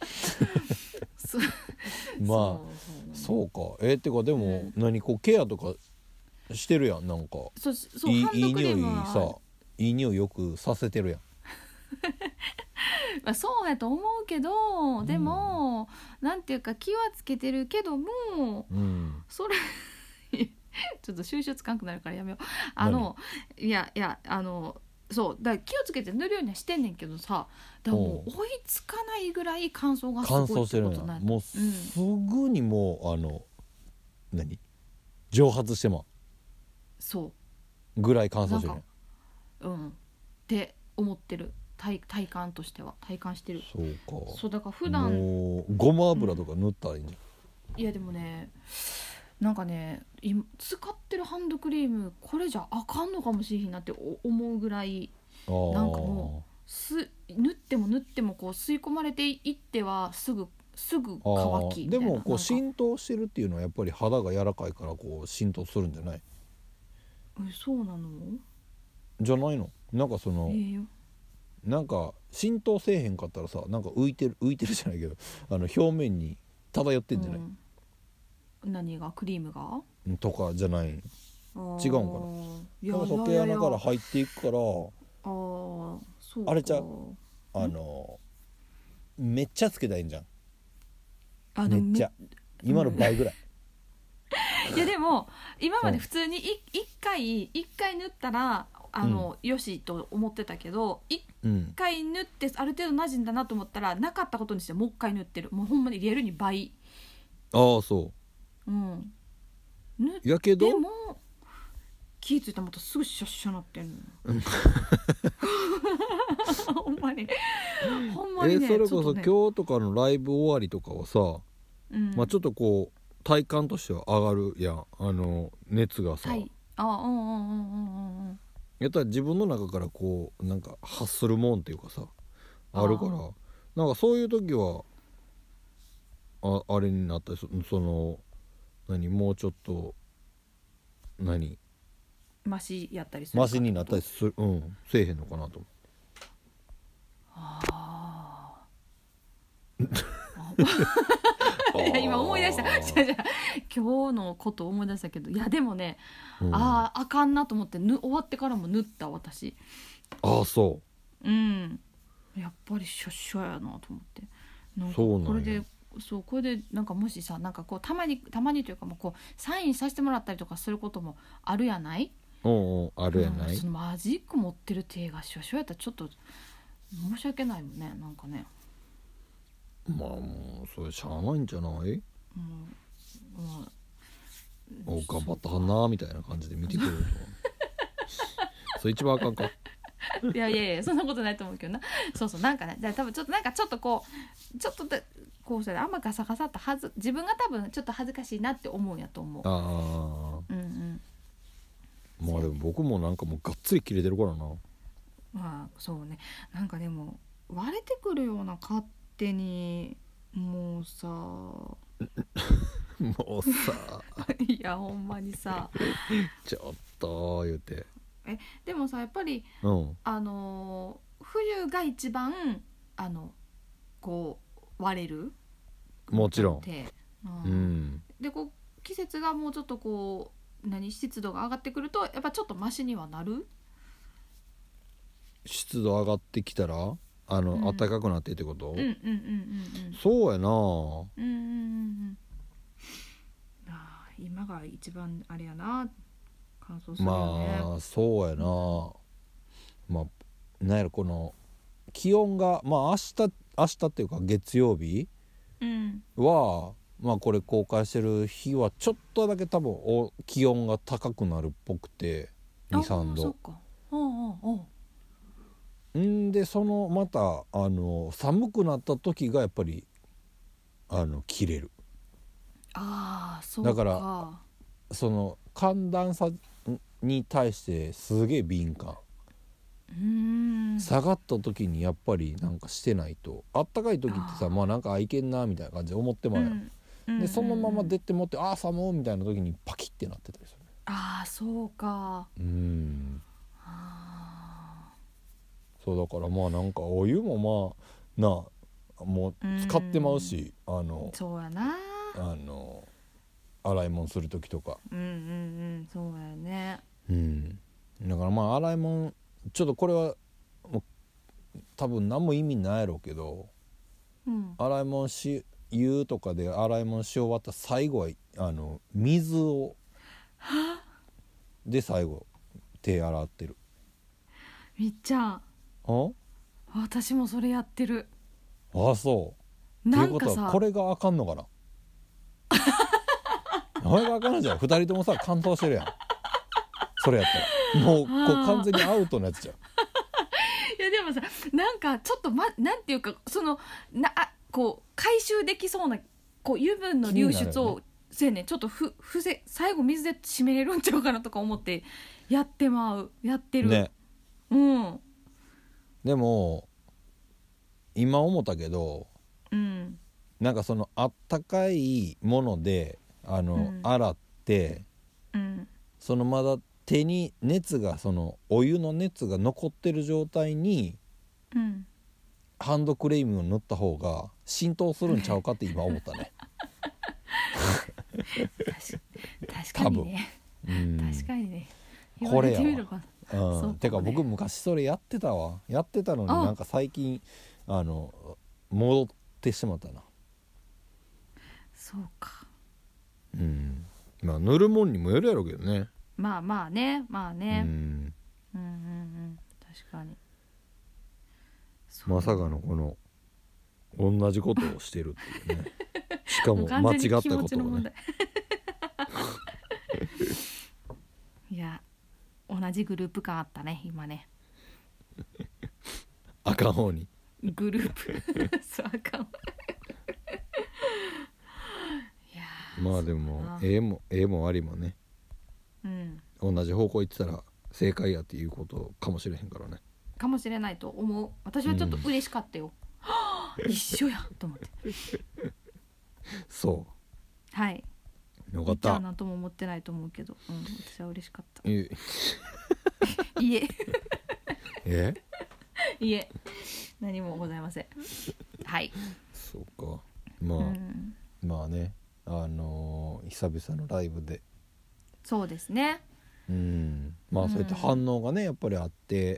そまあそうか。えー、ってかでも、うん、何こうケアとかしてるやん。なんかそうそういい、 ハンドクリームいい匂いさ、いい匂いよくさせてるやん。 まあそうやと思うけど、でも、うん、なんていうか気はつけてるけども、 うん、 それちょっと収集つかんくなるからやめよう。あのいやいやあのそうだから気をつけて塗るようにはしてんねんけどさ、だからもう追いつかないぐらい乾燥がすごいってこと乾燥してるんや。もうすぐにもう、うん、あの何蒸発してまうそうぐらい乾燥してるんや。 うんって思ってる。体, 体感としては体感してる。 そうか。 そうだから普段もうごま油とか塗ったらいいんじゃん、 うん、いやでもねなんかね今使ってるハンドクリームこれじゃあかんのかもしれへんなって思うぐらい、なんかもうす塗っても塗ってもこう吸い込まれていってはすぐすぐ乾きみたいな。 でもこう浸透してるっていうのはやっぱり肌が柔らかいからこう浸透するんじゃない？ えそうなの？ じゃないの？なんかその、 えー、 なんか浸透せえへんかったらさ、なんか浮いてる浮いてるじゃないけど、あの表面に漂ってんじゃない？ うん、何がクリームがとかじゃない？違うんかな？ いやだから毛穴から入っていくから、あそうか、 あれちゃう、あのめっちゃつけたらいいんじゃん。あめっちゃ今の倍ぐらい、 うん、いやでも今まで普通にいっかいいっかい塗ったらあの、うん、よしと思ってたけどいっかい塗ってある程度馴染んだなと思ったら、なかったことにしてもう一回塗ってる。もうほんまにリアルに倍。 ああそう、 うん、塗ってやけどでも気付いたらまたすぐシャッシャなってんのほんまにほんまにね。 えそれこそ、 ね、 今日とかのライブ終わりとかはさ、うん、まあちょっとこう体感としては上がるやん、あの熱がさ、はい、あうんうんうんうんうんやったら自分の中からこうなんか発するもんっていうかさあるから、なんかそういう時はああれになったり、そその何もうちょっと何マシやったりするマシになったりする、うんせえへんのかなと思う。 あいや今思い出したじゃじゃ今日のこと思い出したけど、いやでもね、うん、あああかんなと思ってぬ終わってからも塗った私。 ああそううんやっぱりシャッシャやなと思って、なんかこれでそうこれでなんかもしさなんかこうたまにたまにというかもうこうサインさせてもらったりとかすることもあるやない？ おうおうあるやない、うん、 そのマジック持ってる手がシャッシャやったらちょっと申し訳ないもんね、なんかね。 まあもうそれしゃあないんじゃない？うん、うん、お頑張ったはんなみたいな感じで見てくれるとそれ一番あかんかいやいやいやそんなことないと思うけどな。そうそうなんかね、じゃあ多分ちょっとなんかちょっとこうちょっとでこうしたらあんまガサガサっとはず自分が多分ちょっと恥ずかしいなって思うんやと思う。ああうんうんまあでも僕もなんかもうがっつり切れてるからな。 まあそうね、なんかでも割れてくるような勝手にもうさもうさいやほんまにさちょっと言うてえでもさやっぱり、うん、あの冬が一番あのこう割れるもちろん、 うんうん、でこう季節がもうちょっとこう何湿度が上がってくるとやっぱちょっとマシにはなる。 湿度上がってきたらあの、うん、暖かくなってってこと？うんうんうんうん、そうやな。うんうんうんあ今が一番あれやな乾燥するよね。 まあそうやな、うん、まあなんやろこの気温がまあ明日明日っていうか月曜日、うん、はまあこれ公開してる日はちょっとだけ多分お気温が高くなるっぽくて にさんど。そっかおうおうおうんでそのまたあの寒くなった時がやっぱりあの切れる。 ああそうか。だからその寒暖差に対してすげえ敏感。うーん下がった時にやっぱりなんかしてないと、あったかい時ってさまあなんかあいけんなみたいな感じで思ってまうやん、うんうん、でそのまま出てもってああ寒みたいな時にパキッてなってたりする。 ああそうか。うーんそうだからまあなんかお湯もまあなもう使ってまうし、あのそうやな、 あの洗い物する時とか、 うんうんうんそうやね、 うん、だからまあ洗い物ちょっとこれはもう多分何も意味ないやろうけど、 うん、 洗い物し湯とかで洗い物し終わった最後はあの水をで最後手洗ってる。 みっちゃんあ私もそれやってる。 あそうなっていうんことはかさこれがあかんのかなこれがあかんのじゃん。ふたりともさ完投してるやん。それやったらもうこう完全にアウトのやつじゃん。 いやでもさなんかちょっと、ま、なんていうかそのなあこう回収できそうなこう油分の流出を、ね、せねちょっとふふせ最後水で締めれるんちゃうかなとか思ってやってまうやってるね。 うんでも今思ったけど、 うん、 なんかそのあったかいものであの、うん、洗って、 うん、 そのまだ手に熱がそのお湯の熱が残ってる状態に、 うん、 ハンドクリームを塗った方が浸透するんちゃうかって今思ったね確かにね、うん、確かにねこれやわ、うん、てか僕昔それやってたわやってたのになんか最近あの戻ってしまったな。 そうか、 うん、まあ塗るもんにもよるやろうけどね。 まあまあねまあね、 うん、 うんうんうん確かにまさかのこの同じことをしてるっていうねしかも間違ったことをねいや同じグループ感あったね今ねあかん方にグループそうあかんいやまあでもええもええも悪いもね、うん、同じ方向行ってたら正解やっていうことかもしれへんからね。 かもしれないと思う。私はちょっと嬉しかったよ、うん、一緒やと思ってそうはいよかった。 みっちゃんはなんとも思ってないと思うけど、うん、私は嬉しかったいええいえ何もございませんはいそうかまあ、うん、まあねあのー、久々のライブでそうですねうんまあそうやって反応がねやっぱりあって、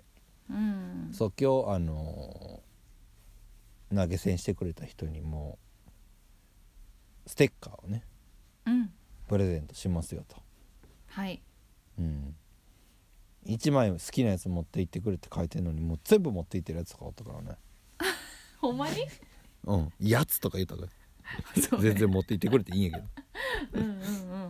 うん、 そう今日あのー、投げ銭してくれた人にもステッカーをね、うん、プレゼントしますよと。 はい、 うん、いちまい好きなやつ持って行ってくれって書いてるのにもう全部持って行ってるやつとかおったからねほんまにうんやつとか言ったから、ね、全然持って行ってくれていいんやけどうんうんうん、うん、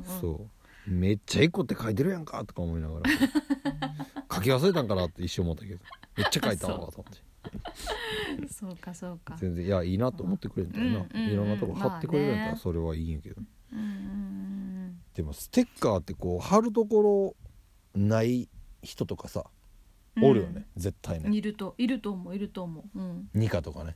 そうめっちゃエコって書いてるやんかとか思いながら書き忘れたんかなって一瞬思ったけどめっちゃ書いたわと思ってそうかそうか全然いやいいなと思ってくれるんだよな、うんうんうん、いろんなとこ貼ってくれるんだったらそれはいいんやけど、うんうんうん、でもステッカーってこう貼るところない人とかさ、うん、おるよね絶対ね。 いるといると思ういると思う、うん、 ニカとかね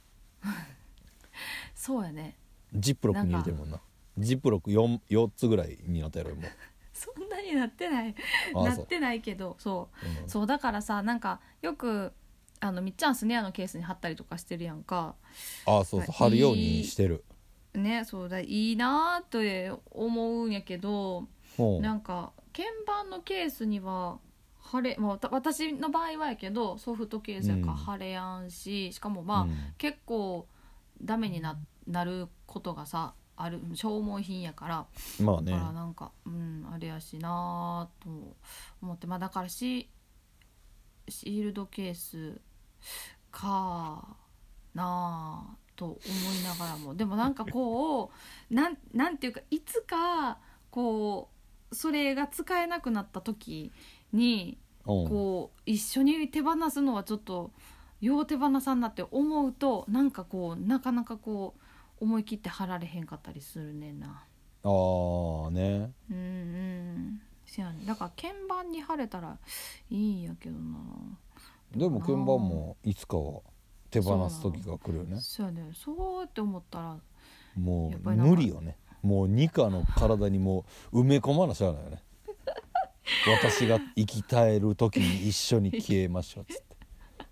そうやねジップロックに入れてるもんな。ジップロック 4, 4つぐらいになったやろもうそんなになってないなってないけどそう、うん、そうだからさなんかよくあのみっちゃんスネアのケースに貼ったりとかしてるやんか。 ああそうそう貼るようにしてるね。そうだいいなと思うんやけど、なんか鍵盤のケースには貼れ、まあ、私の場合はやけどソフトケースやから貼れやんし、うん、しかもまあ、うん、結構ダメに な, なることがさある消耗品やから、 まあね、 だからなんか、うん、あれやしなと思って、まあ、だからシシールドケースかなと思いながらもでもなんかこうなんなんていうかいつかこうそれが使えなくなった時にこう一緒に手放すのはちょっとよう手放さんなって思うとなんかこうなかなかこう思い切って貼られへんかったりするねんな。 あーね。 うんうんせやね。だから鍵盤に貼れたらいいんやけどな。 でも鍵盤もいつかは手放す時が来るよね。 そうやね。そうって思ったらもう無理よね。もうニカの体にもう埋め込まなしゃあないよね私が生き絶える時に一緒に消えましょうっつって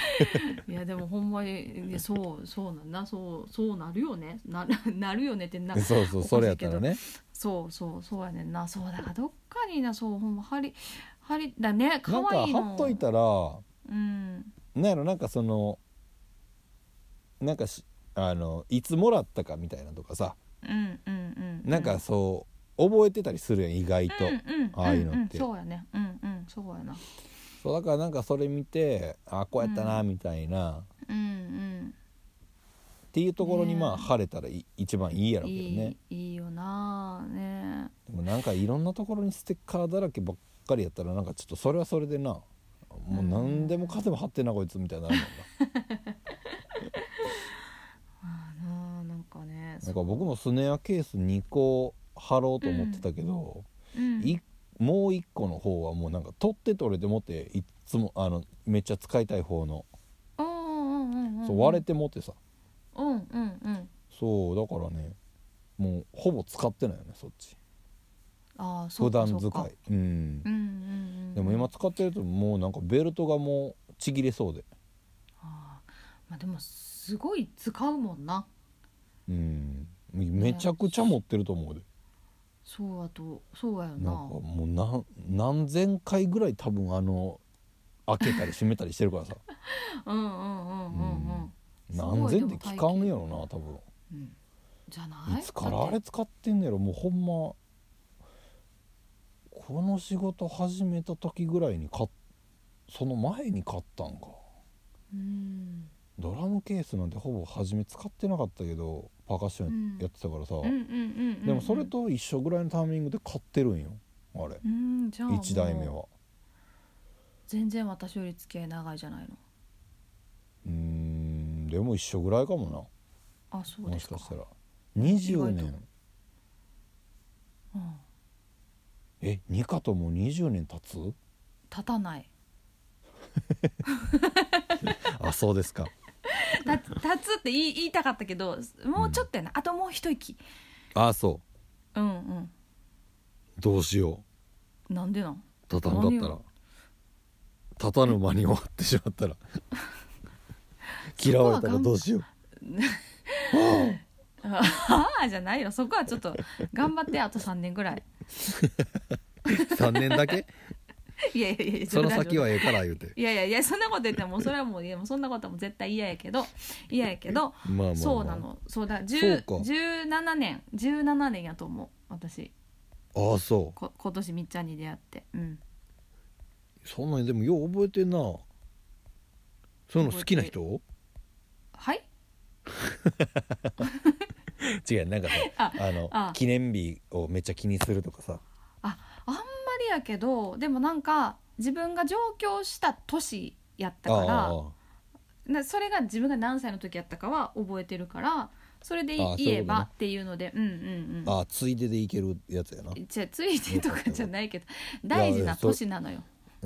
いやでもほんまにいやそうそうなんなそうそうなるよねななるよねってなそうそう、それやったらね。 そうそうそうやねんな。そうだからどっかになそうほんま針針だね可なんか愛いの貼っといたら、 うんなんやろ、なんかそのなんかしあのいつもらったかみたいなとかさ、 うんうんうんなんかそう覚えてたりするやん意外と、 うんうんああいうのって、 うんうんそうやねうんうんそうやなそうだからなんかそれ見て、あこうやったなみたいな、 うんうんっていうところにねえまあ晴れたらい一番いいやろうけどね。 いいいいよなねでもなんかいろんなところにステッカーだらけばっかりやったらなんかちょっとそれはそれでな、もう何でもかでも貼ってんなこいつみたいになるもんな。 あーななんかねなんか僕もスネアケースにこ貼ろうと思ってたけど、 うんいもういっこの方はもうなんか取って取れてもっていっつもあのめっちゃ使いたい方の、 うんうんうんうんそう割れてもってさ、 うんうんうんそうだからねもうほぼ使ってないよねそっち。 ああそう普段使いかそうかうん、 うんうんうんでも今使ってるともうなんかベルトがもうちぎれそうで、 あーまあでもすごい使うもんなうんめちゃくちゃ持ってると思うで、 そうあとそうやよななんかもう何何千回ぐらい多分あの開けたり閉めたりしてるからさうんうんうんうんうん何千って聞かんやろな多分。 うんじゃないいつからあれ使ってんねやろ、もうほんまこの仕事始めた時ぐらいに買っその前に買ったんか。 うんドラムケースなんてほぼ初め使ってなかったけどパーカッションやってたからさ、 うんうんうんうんでもそれと一緒ぐらいのタイミングで買ってるんよあれ、 うんじゃあもういちだいめは。 全然私より付き合い長いじゃないの。 うーんでも一緒ぐらいかもあそうな、もですかしかしたらにじゅうね意外んうんえにかともにじゅうねん経つ立たないあそうですか。 立つ立つって言い言いたかったけどもうちょっとやな、あともう一息あそううんうんどうしよなんでなんう立たんかったら立たぬ間に終わってしまったら嫌われたらどうしようああじゃないよそこはちょっと頑張ってあとさんねんぐらいさんねんだけいやいやいやその先はええから言うていやいやいやそんなこと言ってもそれはもういやもうそんなことはもう絶対嫌やけど嫌やけどまあまあ、まあ、 そうなのそうだそうかじゅうななねんじゅうななねんやと思う私ああそうこ今年みっちゃんに出会ってうんそんなにでもよう覚えてんな。そういうの好きな人はい違うなんかさああのあ記念日をめっちゃ気にするとかさ。 ああんまりやけどでもなんか自分が上京した年やったからあなそれが自分が何歳の時やったかは覚えてるからそれでああ言えそういうことねばっていうのでうんうんうんああついででいけるやつやな。 じゃあついてとかじゃないけど大事な年なのよ。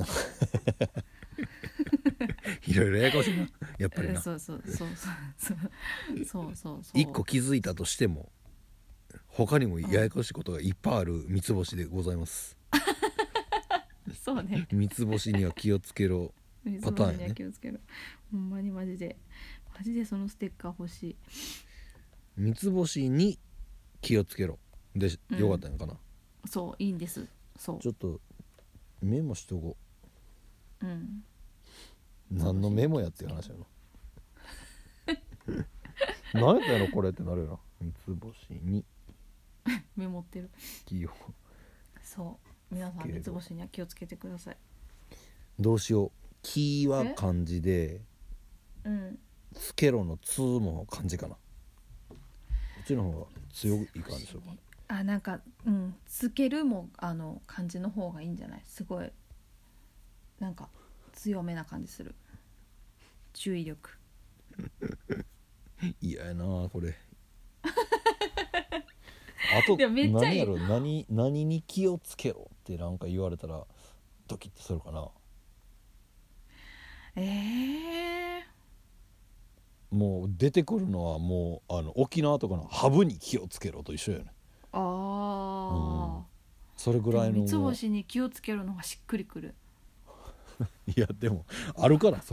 いろいろややこしいなやっぱりな。 そうそうそうそうそうそうそう一個気づいたとしても他にもややこしいことがいっぱいある三つ星でございます。 そうね三つ星には気をつけろパターンやね。 気をつけろほんまにマジでマジでそのステッカー欲しい。 三つ星に気をつけろで、うん、よかったんかな。 そういいんですそうちょっとメモしとこう。うん何のメモやっていう話やな何やったんやろこれってなるよな。三つ星にメモってる気をそう皆さん三つ星には気をつけてください。 どうしよう気は漢字でうんつけろのつも漢字かな。こっちの方が強い感じでしょうか。 あなんかうんつけるもあの漢字の方がいいんじゃない。すごいなんか強めな感じする注意力嫌やなこれあとでもめっちゃいい何やろ何何に気をつけろってなんか言われたらドキッとするかな。 えー、 もう出てくるのはもうあの沖縄とかのハブに気をつけろと一緒やね。 ああ、 うん、それぐらいの三つ星に気をつけるのがしっくりくる。 いやでもあるからそれ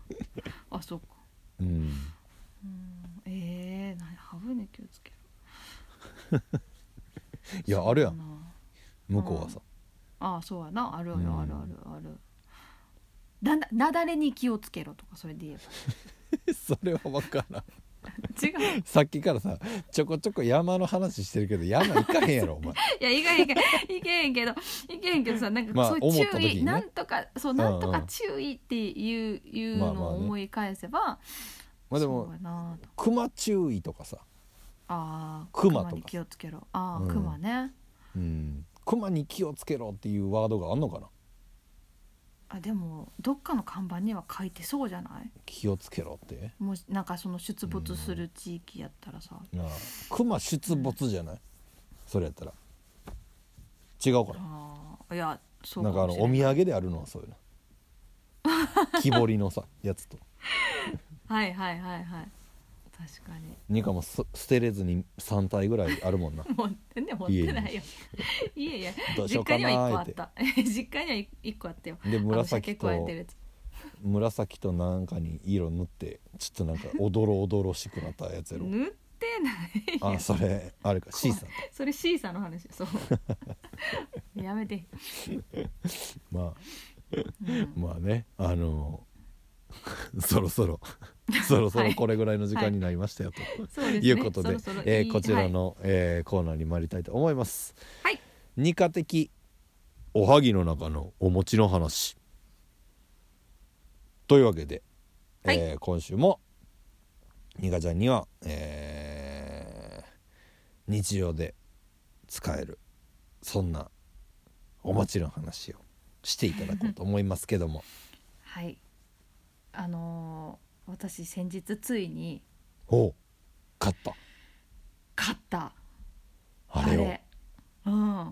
あ、そうか。 うんうん、えー、なハブに気をつけろ。 いやあるやん向こうはさ、 うん、あ、そうやな、あるよ、 うん、 あるあるある。だなだれに気をつけろとかそれで言えばそれは分からん違う。 さっきからさちょこちょこ山の話してるけど山行かへんやろお前いや、いかへんいかへんいけへんけどいけへんけどさ、なんかまあそういう注意、 思った時にねなんとかそう、なんとか注意っていう、うんうん、いうのを思い返せば、まあまあでも熊注意とかさ、 あ熊とか熊に気をつけろ、あ、 うん、 熊ね、 うん、熊に気をつけろっていうワードがあんのかな。 あ、でもどっかの看板には書いてそうじゃない？ 気をつけろって。 もしなんかその出没する地域やったらさ、 うん、ああ熊出没じゃない、うん、それやったら違うから。 あ、いや、そうかもしれない。なんかあのお土産であるのはそういうの木彫りのさやつとはいはいはいはい、確かに。 ニカも捨てれずにさん体ぐらいあるもんな持ってんね、持ってないよいやいや、実家にはいっこあった実家にはいっこあったよ。 で紫とやつ紫となんかに色塗ってちょっとなんかおどろおどろしくなったやつやろ塗ってないよ。 あ、それあれか C さんそれ C さんの話。そうやめてまあ、 うん、まあね、あのそろそろそろそろこれぐらいの時間になりましたよ、と、はい、いうことで、そろそろいい、えー、こちらの、はい、えー、コーナーに参りたいと思います。 はい。 二課的おはぎの中のお餅の話というわけで、はい、えー、今週もニカちゃんには、えー、日常で使えるそんなお餅の話をしていただこうと思いますけどもはい、あのー、私先日ついにお買った買ったあれを、あれ、 うん、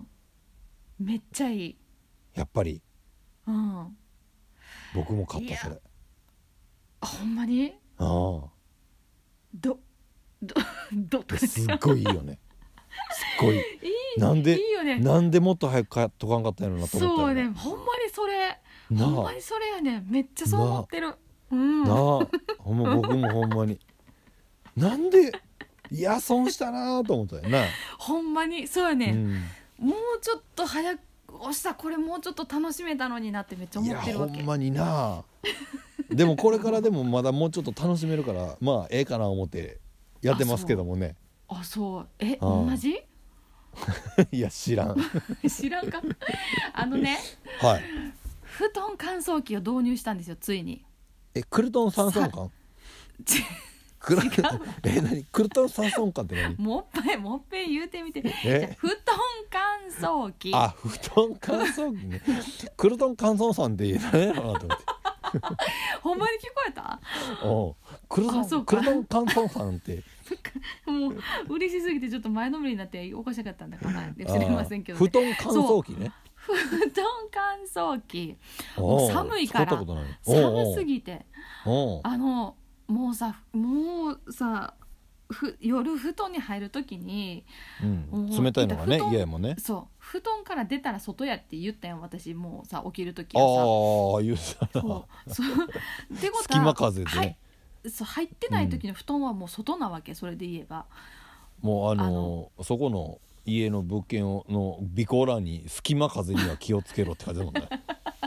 めっちゃいい。 やっぱり、 うん、 僕も買ったそれ。 あ、ほんまに？ ああ、 どどどとすっごいいいよね。すっごい。いいなんでいいよね。なんでもっと早く買っとかんかったんやろなと思ったよ。 そうね、ほんまにそれ。ほんまにそれやね。めっちゃそう思ってる。うん。なあ、 ほんま僕もほんまに。なんでいや損したなと思ったよな。 ほんまにそうやね、うん。もうちょっと早く押したこれもうちょっと楽しめたのになってめっちゃ思ってるわけ。 いやほんまにな。でもこれからでもまだもうちょっと楽しめるからまあええかな思ってやってますけどもね。 あ、そう。え、同じ？ いや知らん知らんかあのね、 はい、 布団乾燥機を導入したんですよ、ついに。 え、クルトン三層間クラえ、何クルトン三層間って何？ もっぺんもっぺん言うてみて。え、布団乾燥機。 あ、布団乾燥機ねクルトン乾燥さんって言えないやろなと思ってほんまに聞こえた？ おう、クルトンクルトン乾燥さんってもう嬉しすぎてちょっと前のめりになっておかしかったんだかな。すみませんけど、 ね、布団乾燥機ね。 布団乾燥機。もう寒いから寒すぎてあのもうさもうさふ夜布団に入るときに、 うん、冷たいのがね嫌やもんね。 そう布団から出たら外やって言ったよ私。もうさ起きるときはさ、 ああ言うたな。 そうそうってことは隙間風でね、 はいそう入ってない時の布団はもう外なわけ、うん、それで言えばもうあのー、あのそこの家の物件の備考欄に隙間風には気をつけろって書いてあるもんね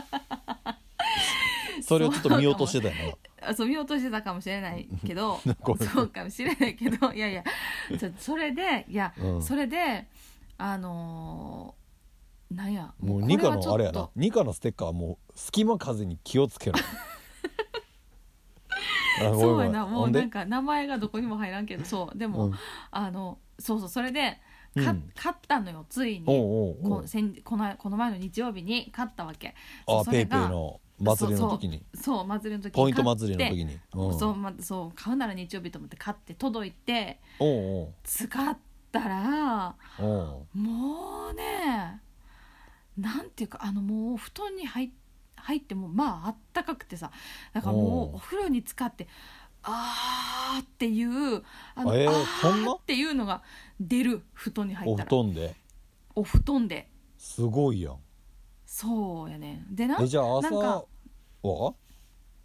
それをちょっと見落としてたよな。そう見落としてたかもしれないけどそうかもしれないけどいやいやそれでいや、うん、それであのー、なんやもうニカのあれやな、ニカのステッカーはもう隙間風に気をつけろそうやな、もうなんか名前がどこにも入らんけど、そうでも、うん、あのそうそうそれでか、うん、買ったのよついに。おうおうおうこ先このこの前の日曜日に買ったわけ。 あ、ペイペイの祭りの時に。 そうそうそう祭りの時にポイント祭りの時に、 うん、そう、ま、そう買うなら日曜日と思って買って届いておうおう使ったらおうもうねなんていうかあのもう布団に入って入ってもまああったかくてさ、だからもうお風呂に浸かってあーっていうあの、えー、あーっていうのが出る。布団に入ったらお布団でお布団ですごいやん。 そうやね。でなえじゃあ朝は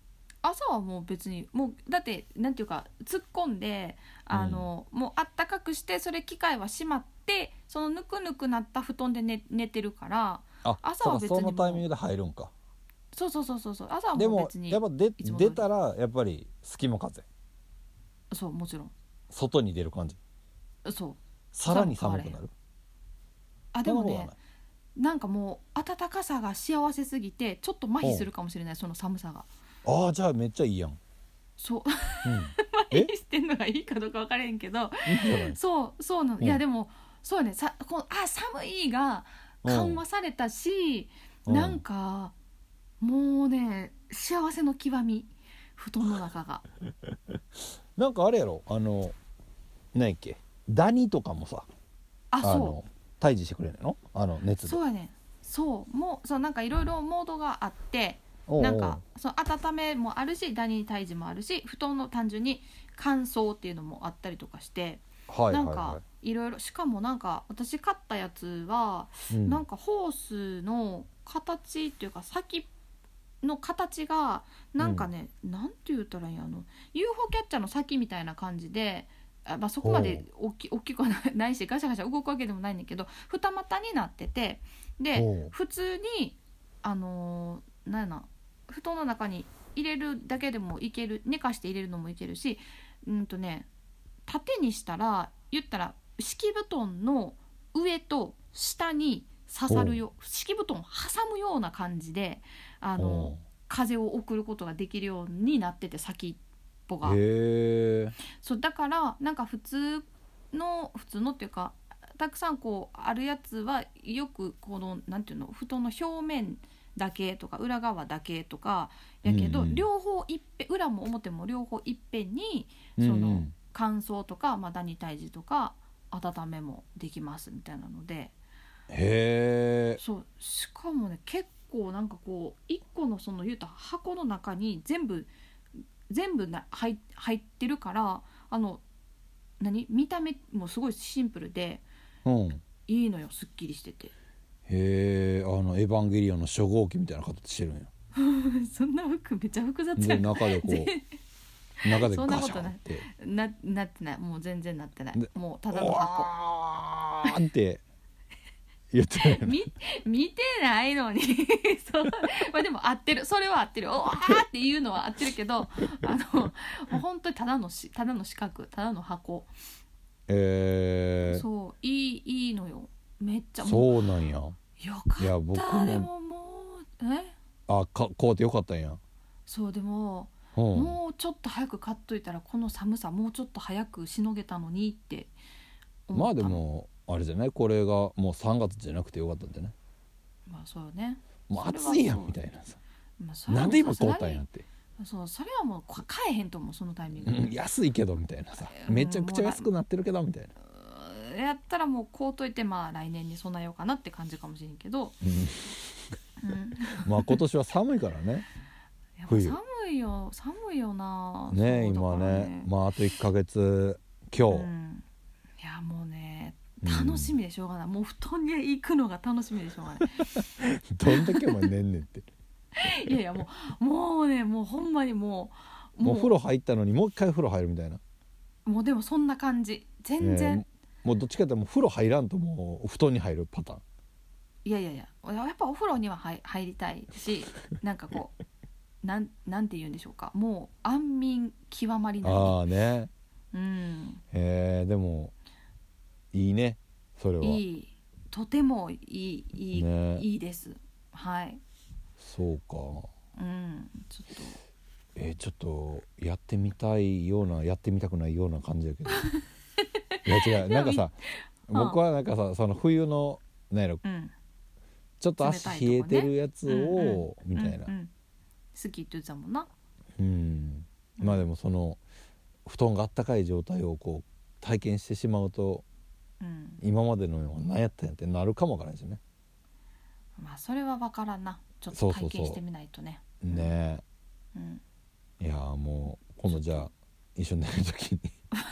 朝はもう別にもうだってなんていうか突っ込んであの、うん、もうあったかくしてそれ機械は閉まってそのぬくぬくなった布団で 寝, 寝てるからあ朝は別にそのタイミングで入るんか。 そうそうそうそう朝はもう別にでもやっぱ出たらやっぱり隙間風そうもちろん外に出る感じ。 そうさらに寒くなる。 あでもねなんかもう暖かさが幸せすぎてちょっと麻痺するかもしれないその寒さが。 ああじゃあめっちゃいいやん。 そう、うん、麻痺してんのがいいかどうか分からへんけどそうそうなの、うん、いやでもそうねさこのあ寒いが緩和されたし、うん、なんかもうね幸せの極み布団の中がなんかあれやろあの何やっけダニとかもさあそう退治してくれるのあの熱で。 そうやねそうもうそうなんかいろいろモードがあってなんかその温めもあるしダニ退治もあるし布団の単純に乾燥っていうのもあったりとかして、はいはいはい、なんかいろいろしかもなんか私買ったやつは、うん、なんかホースの形っていうか先の形がなんかね、うん、なんて言ったらいいんやあの ユーフォー キャッチャーの先みたいな感じであ、まあ、そこまで大き、大きくはないしガシャガシャ動くわけでもないんだけど二股になっててで普通にあのー、なんやな布団の中に入れるだけでもいける寝かして入れるのもいけるしうんとね縦にしたら言ったら敷布団の上と下に刺さるよ敷布団を挟むような感じであの風を送ることができるようになってて先っぽが。へそうだからなんか普通の普通のっていうかたくさんこうあるやつはよくこのなんていうの布団の表面だけとか裏側だけとかやけど、うんうん、両方いっぺん裏も表も両方いっぺんにその、うんうん、乾燥とか、まあ、ダニ退治とか温めもできますみたいなのでへーそうしかもね結構なんかこういっこのその言うた箱の中に全部全部な 入, 入ってるからあの何見た目もすごいシンプルで、うん、いいのよすっきりしてて。 へえあのエヴァンゲリオンの初号機みたいな形してるんやそんな服めっちゃ複雑やんで中でこう中でガシャンってな, なってないもう全然なってないもうただの箱あーって言ってる見, 見てないのにそう、まあ、でも合ってるそれは合ってるおわーっていうのは合ってるけどあのもう本当にただのしただの四角ただの箱えー、そういいいいのよめっちゃそうなんやよかったいや僕もでももうえあかこうてよかったんやそうでも、うん、もうちょっと早く買っといたらこの寒さもうちょっと早くしのげたのにって思った。 まあでもあれじゃないこれがもうさんがつじゃなくてよかったんじゃないまあそうよねもう暑いやんみたいなさ、まあ、なんで今買ったんやってそうそれはもう買えへんと思うそのタイミング、 うん、安いけどみたいなさめちゃくちゃ安くなってるけどみたいなやったらもう買うといてまあ来年に備えようかなって感じかもしれんけど、 うんうん、まあ今年は寒いからね冬寒いよ寒いよなね今ねまああといっかげつ今日、うん、 いやもうね楽しみでしょうがない、うん、もう布団に行くのが楽しみでしょうがないどんだけお前寝んねんっていやいやもうもうねもうほんまにもうもう風呂入ったのにもう一回風呂入るみたいなもうでもそんな感じ全然、 ね、もうどっちかっていうともう風呂入らんともう布団に入るパターンいやいやいややっぱお風呂には入りたいしなんかこうなん、なんて言うんでしょうかもう安眠極まりないああねうんへえでもいいねそれはいいとてもいいいい、ね、いいですはいそうかうんちょっとえー、ちょっとやってみたいようなやってみたくないような感じだけどいや違うなんかさ僕はなんかさその冬のなんやろ、うん、ちょっと足冷えてるやつを、ね、みたいな、うんうん、 好きって言ってたもんなうんまあでもその布団があったかい状態をこう体験してしまうと、うん、今までのような何やったんやってなるかもわからないですよねまあそれは分からんなちょっと体験してみないとねそうそうそうねえ、うんいやもう今度じゃあ一緒に寝るときに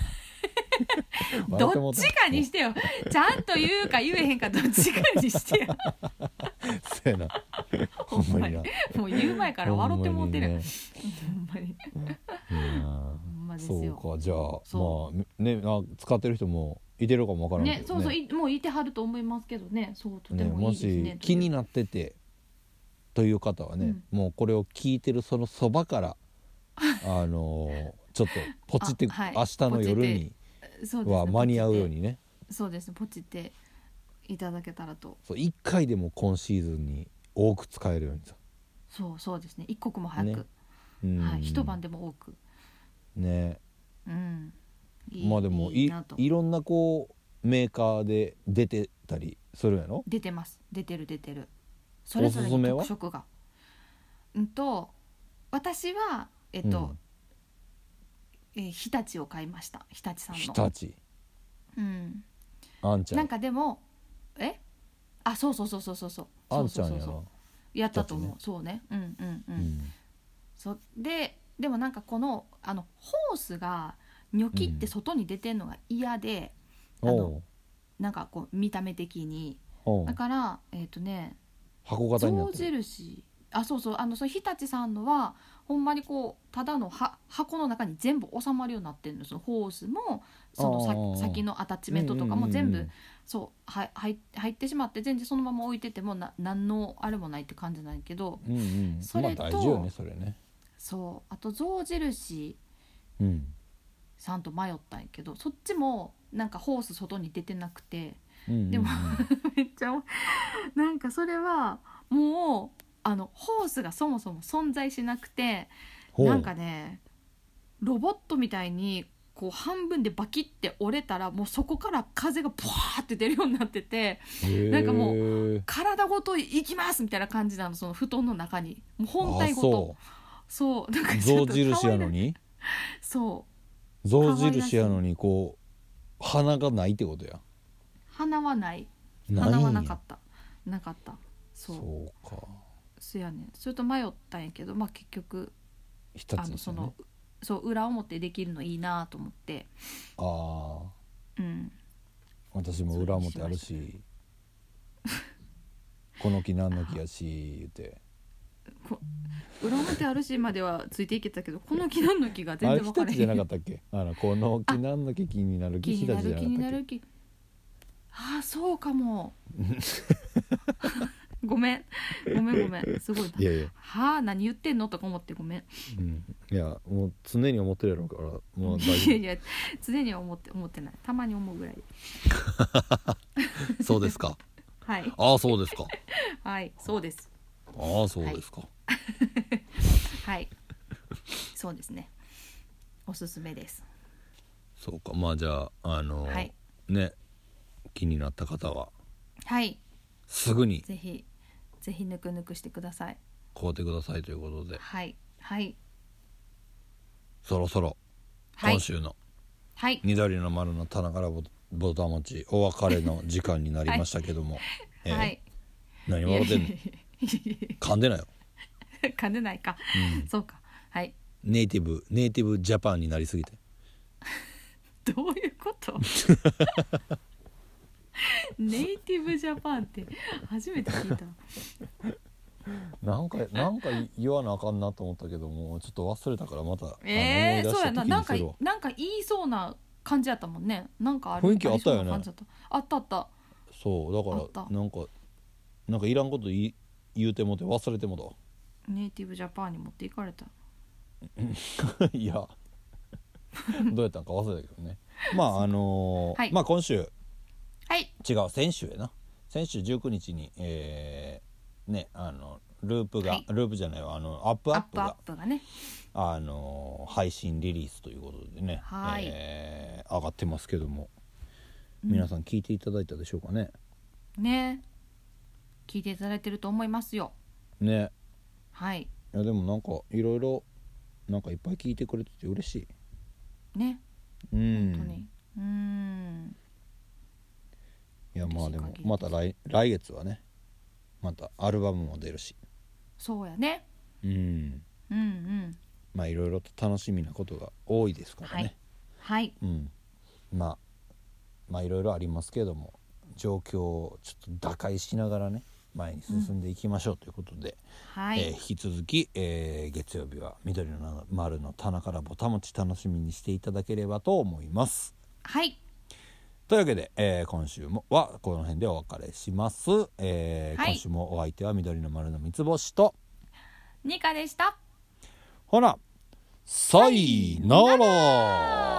どっちかにしてよちゃんと言うか言えへんかどっちかにしてよそうやなほんまになもう言う前から笑ってもうてる、ね、ほんまにですよ。 そうか、じゃあそまあね、あ使ってる人もいてるかもわからんけどね。 ね、そうそう、いもういてはると思いますけどね。そうとてもいいですね。 ね、もし気になっててという方はね、うん、もうこれを聞いてるそのそばからあのー、ちょっとポチって、はい、明日の夜には間に合うようにね。 そうですね、ポチっていただけたらと。 そういっかいでも今シーズンに多く使えるようにさ。 そうそうですね、一刻も早く、 ね、うん、 はい、一晩でも多くね、 うん、 いいまあでも い, いろんなこうメーカーで出てたりするやろ。 出てます、出てる出てる。それぞれに特色が。うんと私はえっと、うんえー、日立を買いました。日立さんの日立、 うん、 あんちゃんなんかでもえあそうそうそうそうそうそうあんちゃんやな、 やったと思う、ね、そうね、うんうんうん、うん、そででもなんかこのあのホースがニョキって外に出てんのが嫌で、うん、あのなんかこう見た目的にだからえっ、ー、とね箱型になってる。 象印、あそうそう、あのその日立さんのはほんまにこうただのは箱の中に全部収まるようになってるの。そのホースもその先のアタッチメントとかも全部、うんうんうん、そうは入入ってしまって全然そのまま置いててもな何のあれもないって感じなんやけど、 うんうん、それと、まあ、大事よねそれね。 そうあと象印さんと迷ったんやけど、そっちもなんかホース外に出てなくて、うんうんうん、でもめっちゃなんかそれはもうあのホースがそもそも存在しなくて、なんかねロボットみたいにこう半分でバキって折れたらもうそこから風がブワーって出るようになってて、なんかもう体ごと行きますみたいな感じなの。その布団の中にもう本体ごと。そう、なんか象印やのにそう象印やのにこう鼻がないってことや。 鼻はない、鼻はなかったなかったそうそうか、 そやね。それと迷ったんやけど、まあ結局一つ、ね、 あのそのそう裏表できるのいいなと思って。 ああ、 うん、 私も裏表あるしこの木何の木やし言って裏表あるしまではついていけたけど、この木何の木が全然分からへん。 あれ日立じゃなかったっけ。あのこの木何の木気になる木日立じゃなかったっけ。気になる木、 ああそうかもごめんごめんごめん、すごい。 いやいや、 はあ何言ってんのとか思ってごめん、 うん、いやもう常に思ってるやろうからもう大丈夫。 いやいや常には思って思ってない、たまに思うぐらいそうですかはいああそうですかはいそうです、 ああそうですかはい、はい、そうですね、おすすめです。 そうか、まあじゃああのーはい、ね気になった方ははいすぐにぜひぜひぬくぬくしてください、 買うてくださいということで、 はいはいそろそろ今週の緑の丸の棚からぼぼたもちお別れの時間になりましたけども、はいえーはい、何笑ってんの噛んでないよ噛んでないか、うん、そうか、はいネイティブネイティブジャパンになりすぎてどういうことネイティブジャパンって初めて聞いたなんかなんか言わなあかんなと思ったけどもちょっと忘れたからまたえー、そうやな、なんかなんか言いそうな感じやったもんね。なんかある雰囲気あったよね。 あったあった。 そうだからなんかなんかいらんこと言い言うてもて忘れてもだ。 ネイティブジャパンに持っていかれたいやどうやったんか忘れたけどね。まああのーはい、まあ今週、 はい、 違う先週やな先週じゅうくにちにえー、ねあのループが、はい、ループじゃないわあのアップアップが、 アップアップがね、 あの配信リリースということでね、 はいえー、上がってますけども、皆さん聞いていただいたでしょうかね。 ね聞いていただいてると思いますよね。 はい。 いやでもなんかいろいろなんかいっぱい聞いてくれてて嬉しいね。 うん本当にうーんいやまあでもまた 来, 来月はねまたアルバムも出るし、 そうやね、 うん、 うんうんまあいろいろと楽しみなことが多いですからね。 はい、はい、 うん、まあまあいろいろありますけども状況をちょっと打開しながらね、 前に進んでいきましょうということで、 うんはいえー、引き続き、えー、月曜日は緑の丸の棚からぼたもち楽しみにしていただければと思います。 はいというわけで、えー、今週もはこの辺でお別れします、えーはい、今週もお相手は緑の丸の三つ星とニカでした。 ほなさいなら。